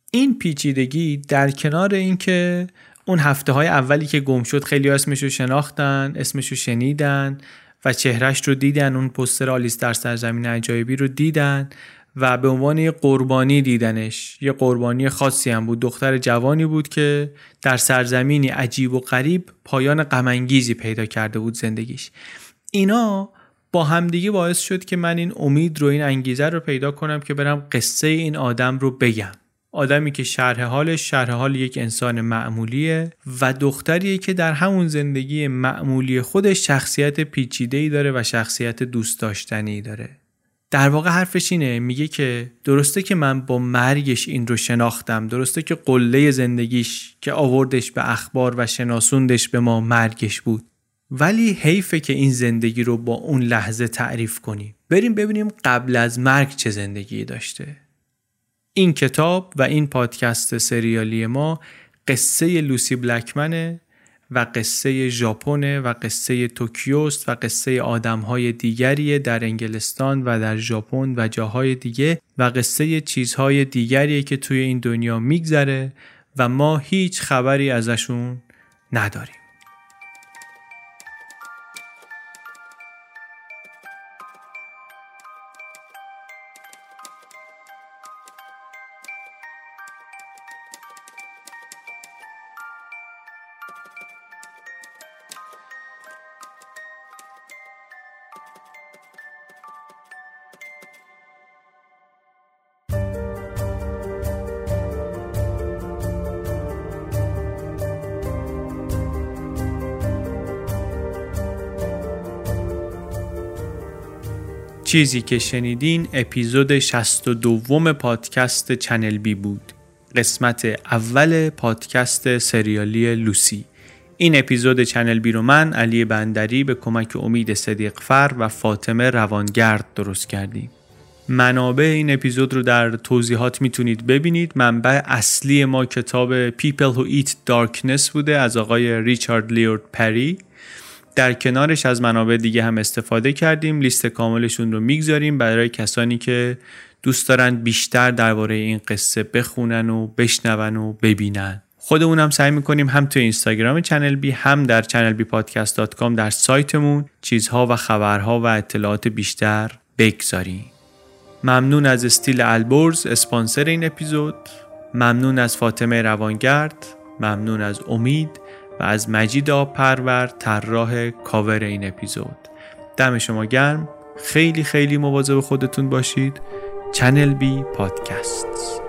این پیچیدگی در کنار این که اون هفته‌های اولی که گم شد خیلی اسمشو شناختن، اسمشو شنیدن و چهرهش رو دیدن، اون پوستر آلیس در سرزمین عجایبی رو دیدن و به عنوان یه قربانی دیدنش. یه قربانی خاصی هم بود. دختر جوانی بود که در سرزمینی عجیب و غریب پایان غم‌انگیزی پیدا کرده بود زندگیش. اینا با همدیگه باعث شد که من این امید رو، این انگیزه رو پیدا کنم که برم قصه این آدم رو بگم. آدمی که شرح حال یک انسان معمولیه و دختریه که در همون زندگی معمولی خودش شخصیت پیچیده‌ای داره و شخصیت دوست داشتنی داره. در واقع حرفش اینه، میگه که درسته که من با مرگش این رو شناختم، درسته که قله زندگیش که آوردش به اخبار و شناسوندش به ما مرگش بود، ولی حیفه که این زندگی رو با اون لحظه تعریف کنیم. بریم ببینیم قبل از مرگ چه زندگی داشته. این کتاب و این پادکست سریالی ما قصه لوسی بلکمنه و قصه ژاپن و قصه توکیوست و قصه آدم‌های دیگریه در انگلستان و در ژاپن و جاهای دیگه و قصه چیزهای دیگریه که توی این دنیا میگذره و ما هیچ خبری ازشون نداریم. چیزی که شنیدین اپیزود 62 پادکست چنل بی بود. قسمت اول پادکست سریالی لوسی. این اپیزود چنل بی رو من علی بندری به کمک امید صدیقفر و فاطمه روانگرد درست کردیم. منابع این اپیزود رو در توضیحات میتونید ببینید. منبع اصلی ما کتاب People Who Eat Darkness بوده از آقای ریچارد لیورد پری. در کنارش از منابع دیگه هم استفاده کردیم. لیست کاملشون رو میگذاریم برای کسانی که دوست دارن بیشتر درباره این قصه بخونن و بشنون و ببینن. خودمون هم سعی میکنیم هم توی اینستاگرام چنل بی هم در channelbpodcast.com در سایتمون چیزها و خبرها و اطلاعات بیشتر بگذاریم. ممنون از استیل البرز اسپانسر این اپیزود. ممنون از فاطمه روانگرد. ممنون از امید و از مجید آبپرور طراح کاور این اپیزود. دم شما گرم. خیلی خیلی مواظب خودتون باشید. چنل بی پادکست.